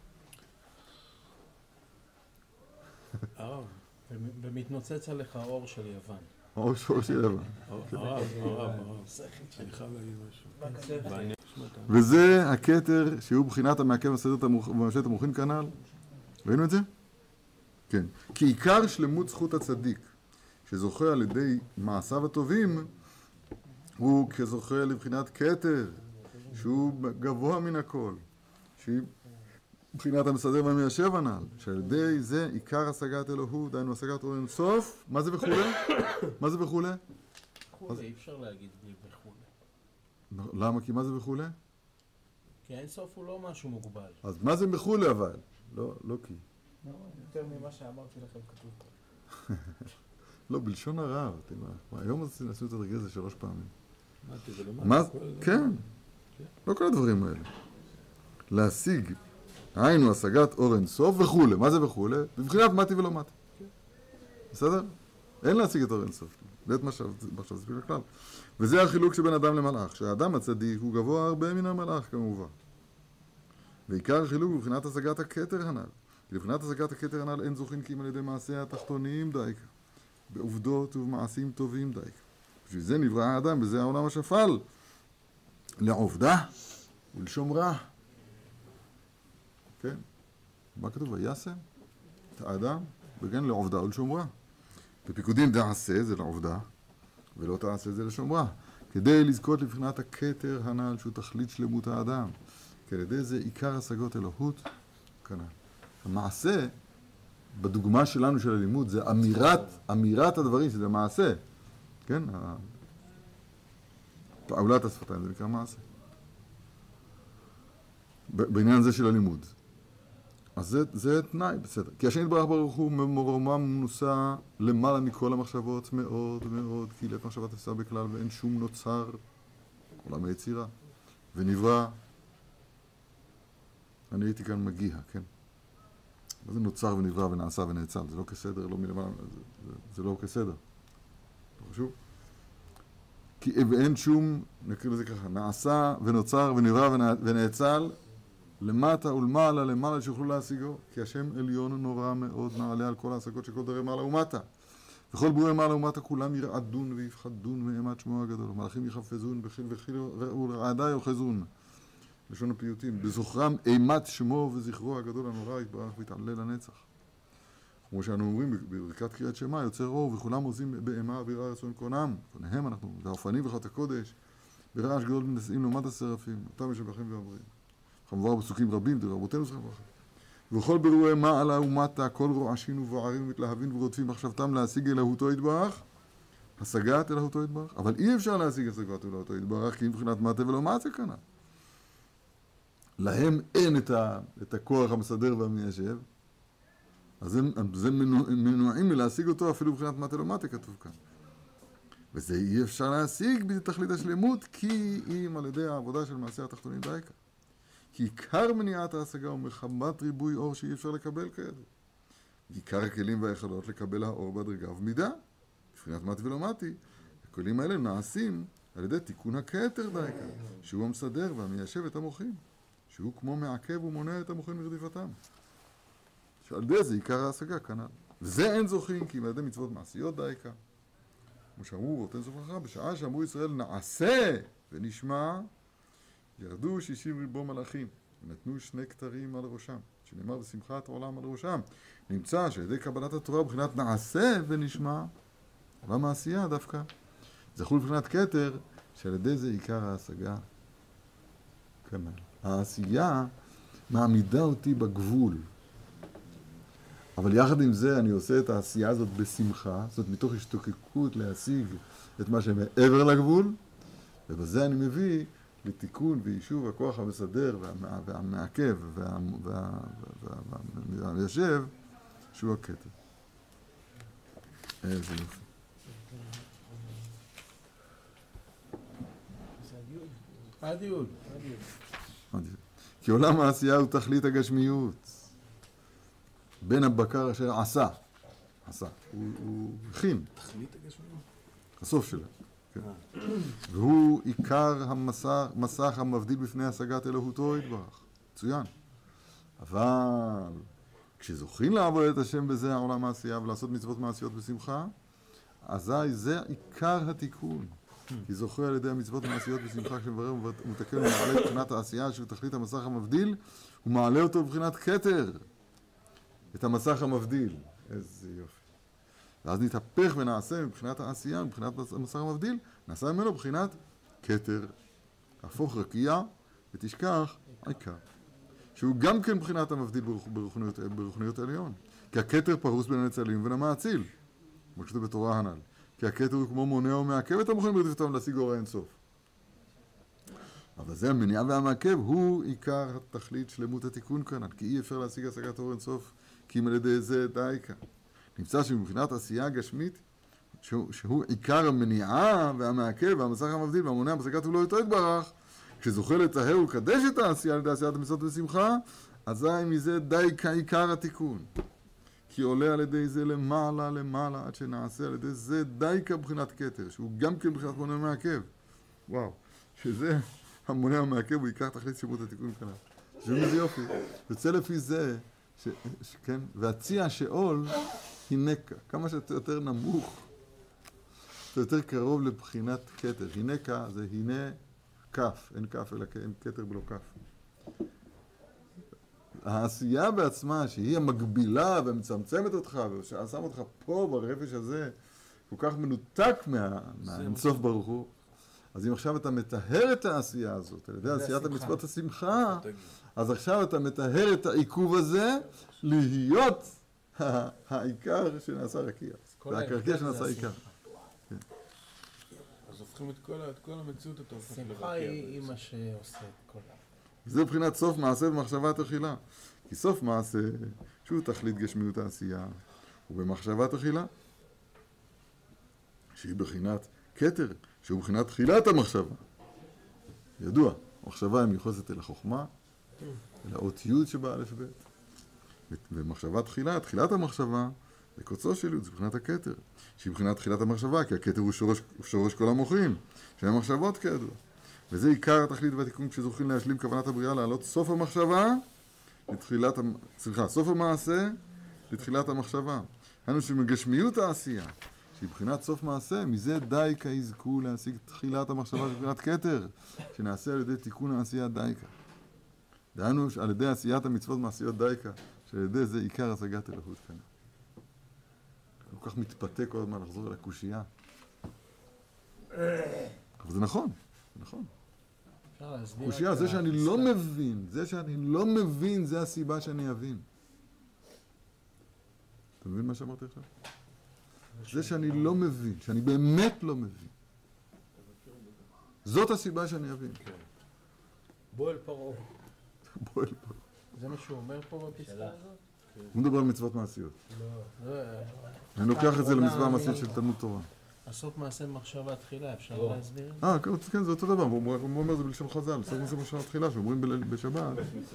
ומתנוצץ עליך האור של יוון. האור של יוון. הרב, הרב, הרב. אני חייב להגיד משהו. וזה הכתר שהוא בחינת המעכב הסדר וממשלת המוחין כנ"ל. ראינו את זה? כן. כי עיקר שלמות זכות הצדיק, שזוכה על ידי מעשיו הטובים, הוא כזוכה לבחינת כתר, שהוא גבוה מן הכל, שהיא מבחינת המסדר והמיישב הנ"ל, שעל ידי זה עיקר השגת אלוהות, דהיינו השגת אור אין סוף. מה זה וכולי? מה זה וכולי? וכולי, אי אפשר להגיד בלי וכולי. למה? כי מה זה וכולי? כי אין סוף הוא לא משהו מוגבל. אז מה זה וכולי אבל? לא, לא כי. יותר ממה שאמרתי לכם כתוב פה. לא, בלשון הרב. היום עשו את הדרגה הזה שלוש פעמים. מה? כן. לא כל הדברים האלה. להשיג, היינו השגת אור אין סוף וכולי. מה זה וכולי? בבחינת מתי ולא מתי. בסדר? אין להשיג את אור אין סוף. זה את מה שעכשיו זה בכלל. וזה החילוק שבין אדם למלאך. שהאדם הצדיק הוא גבוה הרבה מן המלאך כמובן. ועיקר החילוק הוא בבחינת השגת הכתר הנ"ל. כי לבחינת השגת הכתר הנ"ל אין זוכין כי אם על ידי מעשיה התחתוניים דייקה. בעובדות ובמעשים טובים דייקה. בשביל זה נברא האדם, וזה העולם השפל. לעובדה ולשומרה. כן? מה כתוב? וישם את האדם בגן לעובדה ולשומרה. בפיקודים דעשה זה לעובדה, ולא תעשה זה לשומרה. כדי לזכות לבחינת הכתר הנ"ל שהוא תכלית שלמות האדם. כי על ידי זה עיקר השגות אלוהות כנ"ל. המעשה, בדוגמה שלנו של הלימוד, זה אמירת, אמירת הדברים, שזה מעשה. כן? פעולת השפתיים, זה נקרא מעשה. בעניין הזה של הלימוד. אז זה, זה תנאי, בסדר. כי השם יתברך ברוך הוא מרומה מנוסה למעלה מכל המחשבות מאוד מאוד, כי לית מחשבה תפסה בכלל ואין שום נוצר, עולם היצירה, ונברא. אני הייתי כאן מגיע, כן? מה זה נוצר ונברא ונעשה ונאצל? זה לא כסדר, לא מלמעלה, זה, זה, זה לא כסדר. לא חשוב? כי ואין שום, נקרא לזה ככה, נעשה ונוצר ונברא ונאצל, למטה ולמעלה, למעלה שיוכלו להשיגו, כי השם עליון נורא מאוד, נעלה על כל ההשגות של כל דרי מעלה ומטה. וכל ברואי מעלה ומטה כולם ירעדון ויפחדון מאימת שמו הגדול. מלאכים יחפזון, בחיל וחיל ורעדה יוחזון. לשון הפיוטים, בזוכרם אימת שמו וזכרו הגדול הנורא יתברך ויתעלה לנצח. כמו שאנו אומרים בברכת קריאת שמע, יוצר אור וכולם עוזים באימה ביראה רצון קונם. פניהם אנחנו, והאופנים וחת הקודש, ברעש גדול מנשאים לעומת השרפים, אותם משבחים ואומרים. כמובן בפסוקים רבים, דרבותינו זכר ברכה. וכל ברואי מעלה ומטה, כל רועשים ובוערים ומתלהבים ורודפים מחשבתם להשיג אלוהותו יתברך, השגת אלוהותו יתברך, אבל אי אפשר להשיג השגת אלוהותו יתברך, כי מבחינת מטה ולא מטה כנ"ל. להם אין את, ה, את הכוח המסדר והמיישב, אז הם, הם מנועים מלהשיג אותו אפילו מבחינת מטה לא מטה כתוב כאן. וזה אי אפשר להשיג בתכלית השלמות, כי אם על ידי העבודה של מעשה התחתונים דייקה. כי עיקר מניעת ההשגה הוא מחמת ריבוי אור שאי אפשר לקבל כידוע. עיקר הכלים והיכולות לקבל האור בהדרגה ובמידה. מבחינת מטה ולא מטה, הכלים האלה נעשים על ידי תיקון הכתר דייקה, שהוא המסדר והמיישב את המוחים. שהוא כמו מעכב ומונע את המוחים מרדיפתם. שעל ידי זה עיקר ההשגה כנ"ל. וזה אין זוכים, כי אם על ידי מצוות מעשיות דייקה. כמו שאמרו, ותן סוף לך, בשעה שאמרו ישראל נעשה ונשמע, ירדו שישים ריבו מלאכים, ונתנו שני כתרים על ראשם, שנאמר בשמחת העולם על ראשם. נמצא שעל ידי קבלת התורה בבחינת נעשה ונשמע, עולם העשייה דווקא, זכו לבחינת כתר, שעל ידי זה עיקר ההשגה כנ"ל. העשייה מעמידה אותי בגבול. אבל יחד עם זה אני עושה את העשייה הזאת בשמחה, זאת מתוך השתוקקות להשיג את מה שמעבר לגבול, ובזה אני מביא לתיקון ויישוב הכוח המסדר והמע... והמעכב וה... וה... וה... והמיישב, שהוא הכתר. איזה יופי. עד יוד. כי עולם העשייה הוא תכלית הגשמיות. בן הבקר אשר עשה. עשה. הוא, הוא הכין. תכלית הגשמיות? הסוף שלה. כן. והוא עיקר המסך, מסך המבדיל בפני השגת אלוהותו יתברך. מצוין. אבל כשזוכים לעבוד את השם בזה העולם העשייה ולעשות מצוות מעשיות בשמחה, אזי זה עיקר התיקון. כי זוכה על ידי המצוות המעשיות בשמחה כשמברר ומתקן ומעלה את בחינת העשייה שהוא תכלית המסך המבדיל, הוא מעלה אותו בבחינת כתר. את המסך המבדיל. איזה יופי. ואז נתהפך ונעשה מבחינת העשייה, מבחינת המסך המבדיל, נעשה ממנו בחינת כתר. הפוך רקיע ותשכח העיקר. שהוא גם כן בחינת המבדיל ברוחניות, ברוחניות העליון. כי הכתר פרוס בין הנצלים ובין המאציל. כמו כתוב בתורה הנ"ל. כי הכתר הוא כמו מונע ומעכב את המוחים ברדיפתם להשיג אור האינסוף. אבל זה המניע והמעכב הוא עיקר התכלית שלמות התיקון כאן. כי אי אפשר להשיג השגת אור אינסוף, כי אם על ידי זה דייקה. נמצא שמבחינת עשייה גשמית, שהוא, שהוא עיקר המניעה והמעכב והמסך המבדיל והמונע בהשגת אלוהותו יתברך, כשזוכה לטהר ולקדש את העשייה על ידי עשיית המצוות בשמחה, אזי מזה דייקה עיקר התיקון. כי עולה על ידי זה למעלה למעלה עד שנעשה על ידי זה דייקה בחינת כתר, שהוא גם כן בחינת מונע ומעכב. וואו, שזה המונע ומעכב הוא עיקר תכלית שלמות התיקון כאן. שזה יופי. יוצא לפי זה, ש, ש, כן, והציע השאול הינקה, כמה שאתה יותר נמוך, אתה יותר קרוב לבחינת כתר. הינקה זה הנה כף, אין כף אלא אין כתר בלא כף. העשייה בעצמה, שהיא המגבילה ומצמצמת אותך, וששם אותך פה ברפש הזה, כל כך מנותק מה, מהאינסוף ברוך הוא, אז אם עכשיו אתה מטהר את העשייה הזאת, על ידי עשיית המצוות השמחה, אז עכשיו אתה מטהר את העיכוב הזה להיות העיקר שנעשה רקיע. והקרקיע שנעשה עיקר. אז הופכים את כל המציאות אותו. שמחה היא מה שעושה את כל זה. זה מבחינת סוף מעשה ומחשבה תחילה. כי סוף מעשה, שהוא תכלית גשמיות העשייה, הוא במחשבה תחילה. שהיא בחינת כתר, שהוא בחינת תחילת המחשבה. ידוע, המחשבה היא מיוחסת אל החוכמה, אל האותיות שבאלף בית. ומחשבה תחילה, תחילת המחשבה, זה קוצו של יוד, זה בחינת הכתר. שהיא בחינת תחילת המחשבה, כי הכתר הוא שורש, שורש כל המוחים, שהם מחשבות כידוע. וזה עיקר התכלית והתיקון כשזוכים להשלים כוונת הבריאה לעלות סוף המחשבה לתחילת, סליחה, סוף המעשה לתחילת המחשבה. היינו שמגשמיות העשייה, שהיא בחינת סוף מעשה, מזה דייקה יזכו להשיג תחילת המחשבה של בחינת כתר, שנעשה על ידי תיקון העשייה דייקה. דהיינו על ידי עשיית המצוות מעשיות דייקה, שעל ידי זה עיקר השגת אלוהות כאן. כל כך מתפתה כל הזמן לחזור אל הקושייה. אבל זה נכון, זה נכון. קושייה, זה שאני לא מבין, זה שאני לא מבין, זה הסיבה שאני אבין. אתה מבין מה שאמרתי עכשיו? זה שאני לא מבין, שאני באמת לא מבין. זאת הסיבה שאני אבין. בועל פרעה. בועל פרעה. זה מה שהוא אומר פה בפסקה הזאת? הוא מדבר על מצוות מעשיות. לא. אני לוקח את זה למצווה המעשית של תלמוד תורה. לעשות מעשה מחשבה תחילה, אפשר להסביר? אה, כן, זה אותו דבר, הוא אומר את זה בלשון חז"ל, לעשות מעשה מחשבה תחילה, שאומרים בשבת.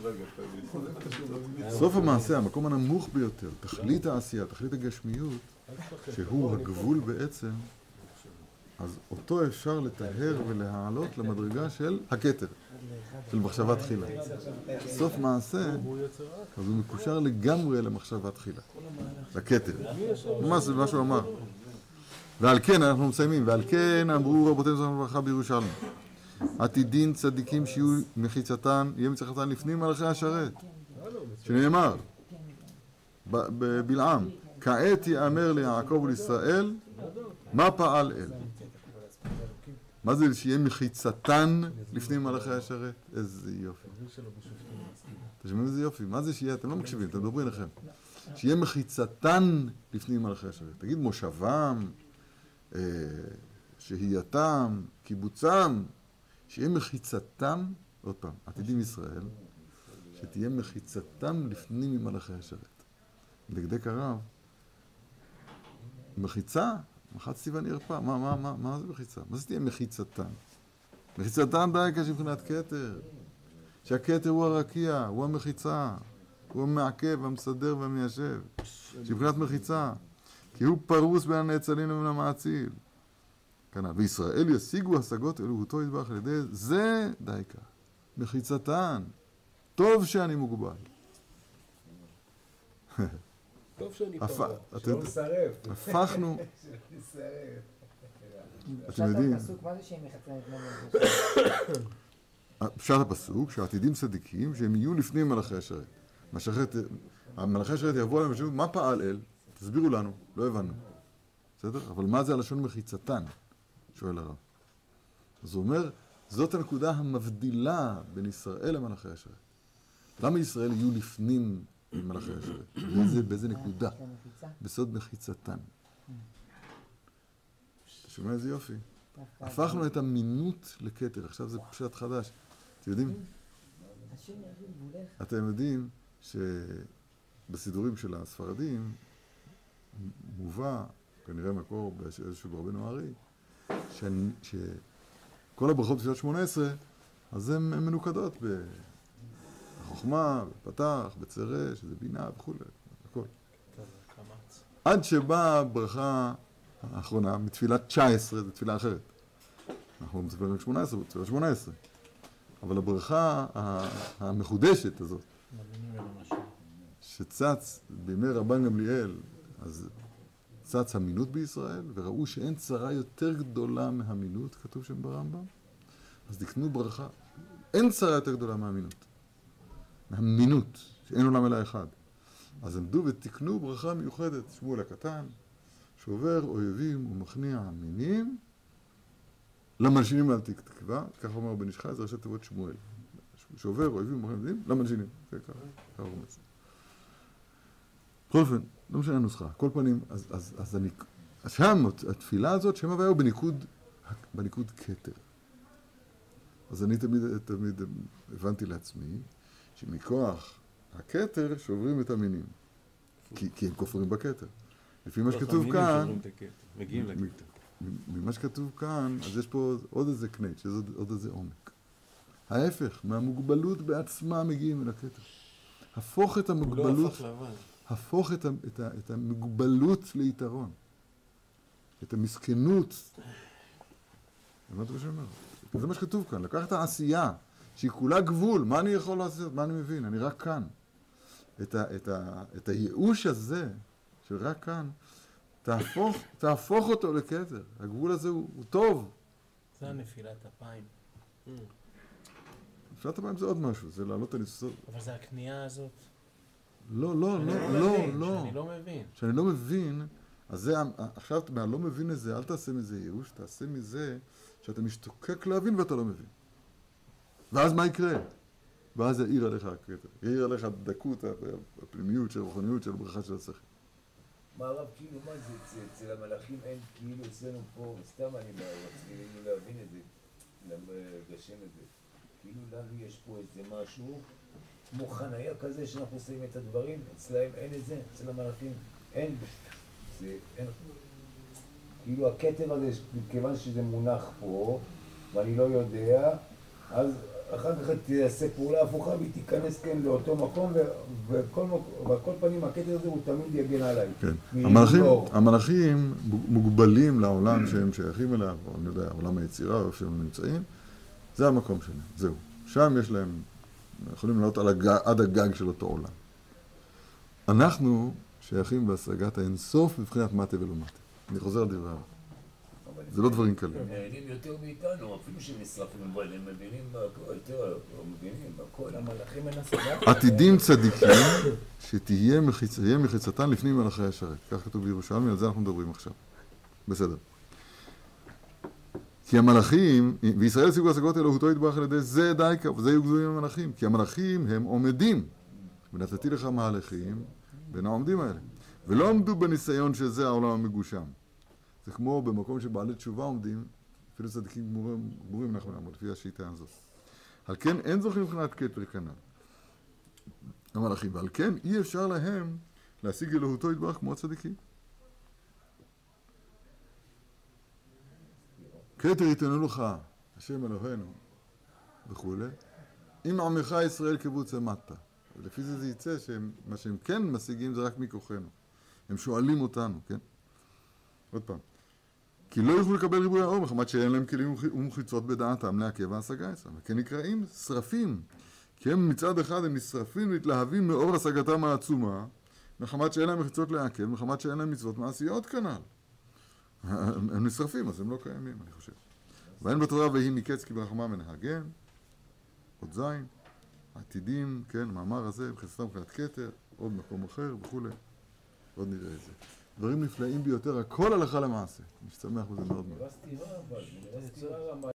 סוף המעשה, המקום הנמוך ביותר, תכלית העשייה, תכלית הגשמיות, שהוא הגבול בעצם, אז אותו אפשר לטהר ולהעלות למדרגה של הכתר, של מחשבה תחילה. סוף מעשה, אז הוא מקושר לגמרי למחשבה תחילה, לכתר. ממש זה מה שהוא אמר. ועל כן, אנחנו מסיימים, ועל כן אמרו רבותינו זכרונם לברכה בירושלים, עתידין צדיקים שיהיו מחיצתן, יהיה מחיצתן לפנים מלאכי השרת, שנאמר בבלעם, כעת יאמר ליעקב ולישראל, מה פעל אל? מה זה שיהיה מחיצתן לפנים מלאכי השרת? איזה יופי. אתם שומעים איזה יופי? מה זה שיהיה? אתם לא מקשיבים, אתם מדברים לכם. שיהיה מחיצתן לפנים מלאכי השרת. תגיד מושבם, שהייתם, קיבוצם, שיהיה מחיצתם, עוד פעם, עתידים ישראל, שתהיה מחיצתם לפנים ממלאכי השרת. בגדי קרב, מחיצה, מחצתי ואני ארפה, מה, מה, מה, מה זה מחיצה? מה זה תהיה מחיצתם? מחיצתם דייקה שבחינת כתר, שהכתר הוא הרקיע, הוא המחיצה, הוא המעכב, המסדר והמיישב, שבחינת מחיצה, כי הוא פרוס בין הנאצלים ובין המאציל. כאן, וישראל ישיגו השגות אלוהותו יתברך על ידי זה דייקה, מחיצתן, טוב שאני מוגבל. טוב שאני פרעה. שלא מסרב. הפכנו, פשט הפסוק, מה זה שהם מחצה את מלאכי? פשט הפסוק, שעתידים צדיקים, שהם יהיו לפנים מלאכי השרת. מלאכי השרת יבואו עליהם ושאלו, מה פעל אל? תסבירו לנו, לא הבנו. בסדר? אבל מה זה הלשון מחיצתן? שואל הרב. אז הוא אומר, זאת הנקודה המבדילה בין ישראל למלאכי השרת. למה ישראל יהיו לפנים ממלאכי השרת? באיזה, באיזה נקודה? בסוד מחיצתן. אתה שומע איזה יופי? הפכנו את המינות לכתר. עכשיו זה פשט חדש. אתם יודעים? אתם יודעים שבסידורים של הספרדים מובא, כנראה מקור באיזשהו ברבנו הארי, שכל הברכות בשביל שמונה עשרה, אז הן מנוקדות בחוכמה, בפתח, בצרה, שזה בינה וכו', הכל. עד שבאה הברכה האחרונה, מתפילת תשע עשרה, זו תפילה אחרת. אנחנו מצפים שמונה עשרה, בתפילה שמונה עשרה. אבל הברכה המחודשת הזאת, שצץ בימי רבן גמליאל, אז צץ המינות בישראל, וראו שאין צרה יותר גדולה מהמינות, כתוב שם ברמב"ם, אז תקנו ברכה. אין צרה יותר גדולה מהמינות. מהמינות, שאין עולם אלא אחד. אז עמדו ותקנו ברכה מיוחדת, שמואל הקטן, שעובר אויבים ומכניע מינים, למלשינים אל תקווה, כך אומר בן איש חי, זה ראשי תיבות שמואל. שעובר אויבים ומכניע מינים, למלשינים. זה ככה, ככה אומר. בכל אופן, לא משנה הנוסחה, כל פנים, אז, אז, אז אני, שם, התפילה הזאת, שם הוויה הוא בניקוד, בניקוד כתר. אז אני תמיד, תמיד הבנתי לעצמי, שמכוח הכתר שוברים את המינים. כי, כי הם כופרים בכתר. לפי מה שכתוב כאן, מגיעים לכתר. ממה שכתוב כאן, אז יש פה עוד איזה קנט, שזה עוד איזה עומק. ההפך, מהמוגבלות בעצמה מגיעים אל הכתר. הפוך את המוגבלות... הוא לא הפך לבן. הפוך את, את, את המוגבלות ליתרון, את המסכנות. אמרת מה שאומר? זה מה שכתוב כאן, לקח את העשייה, שהיא כולה גבול, מה אני יכול לעשות, מה אני מבין, אני רק כאן. את, ה, את, ה, את הייאוש הזה, של רק כאן, תהפוך, תהפוך אותו לכתר. הגבול הזה הוא, הוא טוב. זה הנפילת אפיים. נפילת אפיים זה עוד משהו, זה לעלות על יסוד. אבל זה הכניעה הזאת. לא, לא, שאני לא, לא לא, מבין, לא. שאני לא מבין. שאני לא מבין, אז זה, עכשיו, מהלא מבין את זה, אל תעשה מזה ייאוש, תעשה מזה שאתה משתוקק להבין ואתה לא מבין. ואז מה יקרה? ואז יעיר עליך הכתר, יעיר עליך הדקות, הפנימיות של הרוחניות, של הברכה של השכל. מה הרב, כאילו, מה זה, אצל- אצל המלאכים אין, כאילו, אצלנו פה, סתם אני רציתי להבין את זה, לגשם את זה. כאילו, לנו יש פה איזה משהו, כמו חנייה כזה שאנחנו עושים את הדברים, אצלהם אין את זה, אצל המלאכים אין. זה, אין. כאילו, הכתב הזה, מכיוון שזה מונח פה, ואני לא יודע, אז אחר כך תעשה פעולה הפוכה והיא תיכנס כן לאותו מקום, ו- וכל, מק- וכל פנים הכתר הזה הוא תמיד יגן עליי. כן. מ- המלאכים, לא. המלאכים מוגבלים לעולם שהם שייכים אליו, או אני יודע, עולם היצירה, או איפה שהם נמצאים, זה המקום שלהם, זהו. שם יש להם, יכולים לעלות על הגג, עד הגג של אותו עולם. אנחנו שייכים בהשגת האינסוף מבחינת מטה ולא מטה. אני חוזר על דברי הרב. אבל זה לא דברים קלים. הם נהנים יותר מאיתנו, אפילו שהם נשרפים, אבל הם מבינים בהכל, יותר, הם מבינים בהכל. המלאכים אין השגה. עתידים צדיקים שתהיה מחיצ... יהיה מחיצתן לפנים מלאכי השרת. כך כתוב בירושלמי, על זה אנחנו מדברים עכשיו. בסדר. כי המלאכים, וישראל השיגו השגות אלוהותו יתברך על ידי זה דייקה, וזה יהיו גזויים המלאכים. כי המלאכים הם עומדים, ונתתי לך מהלכים בין העומדים האלה. ולא עמדו בניסיון שזה העולם המגושם. זה כמו במקום שבעלי תשובה עומדים, אפילו צדיקים גמורים, גמורים אנחנו נעמוד, לפי השיטה הזאת. על כן אין זוכים מבחינת כתר כנ"ל. המלאכים, ועל כן אי אפשר להם להשיג אלוהותו יתברך כמו הצדיקים. כתר יתנו לך, השם אלוהינו, וכו'. אם עמך ישראל קבוץ המטה. ולפי זה זה יצא שמה שהם כן משיגים זה רק מכוחנו. הם שואלים אותנו, כן? עוד פעם. כי לא יוכלו לקבל ריבוי האור, מחמת שאין להם כלים ומחיצות בדעתם לעכב והשגה אצלם. וכן נקראים שרפים. כי הם מצד אחד הם נשרפים להתלהבים מאור להשגתם העצומה, מחמת שאין להם מחיצות לעכב, מחמת שאין להם מצוות מעשיות כנ"ל. הם, הם נשרפים, אז הם לא קיימים, אני חושב. ואין בתורה והיא מקץ כי ברחמה מנהגן, עוד זין, עתידים, כן, מאמר הזה, בחסתם מבחינת כתר, עוד מקום אחר וכו'. עוד נראה את זה. דברים נפלאים ביותר, הכל הלכה למעשה. משתמח בזה מאוד מאוד. נראה סתירה, אבל נראה סתירה רמה.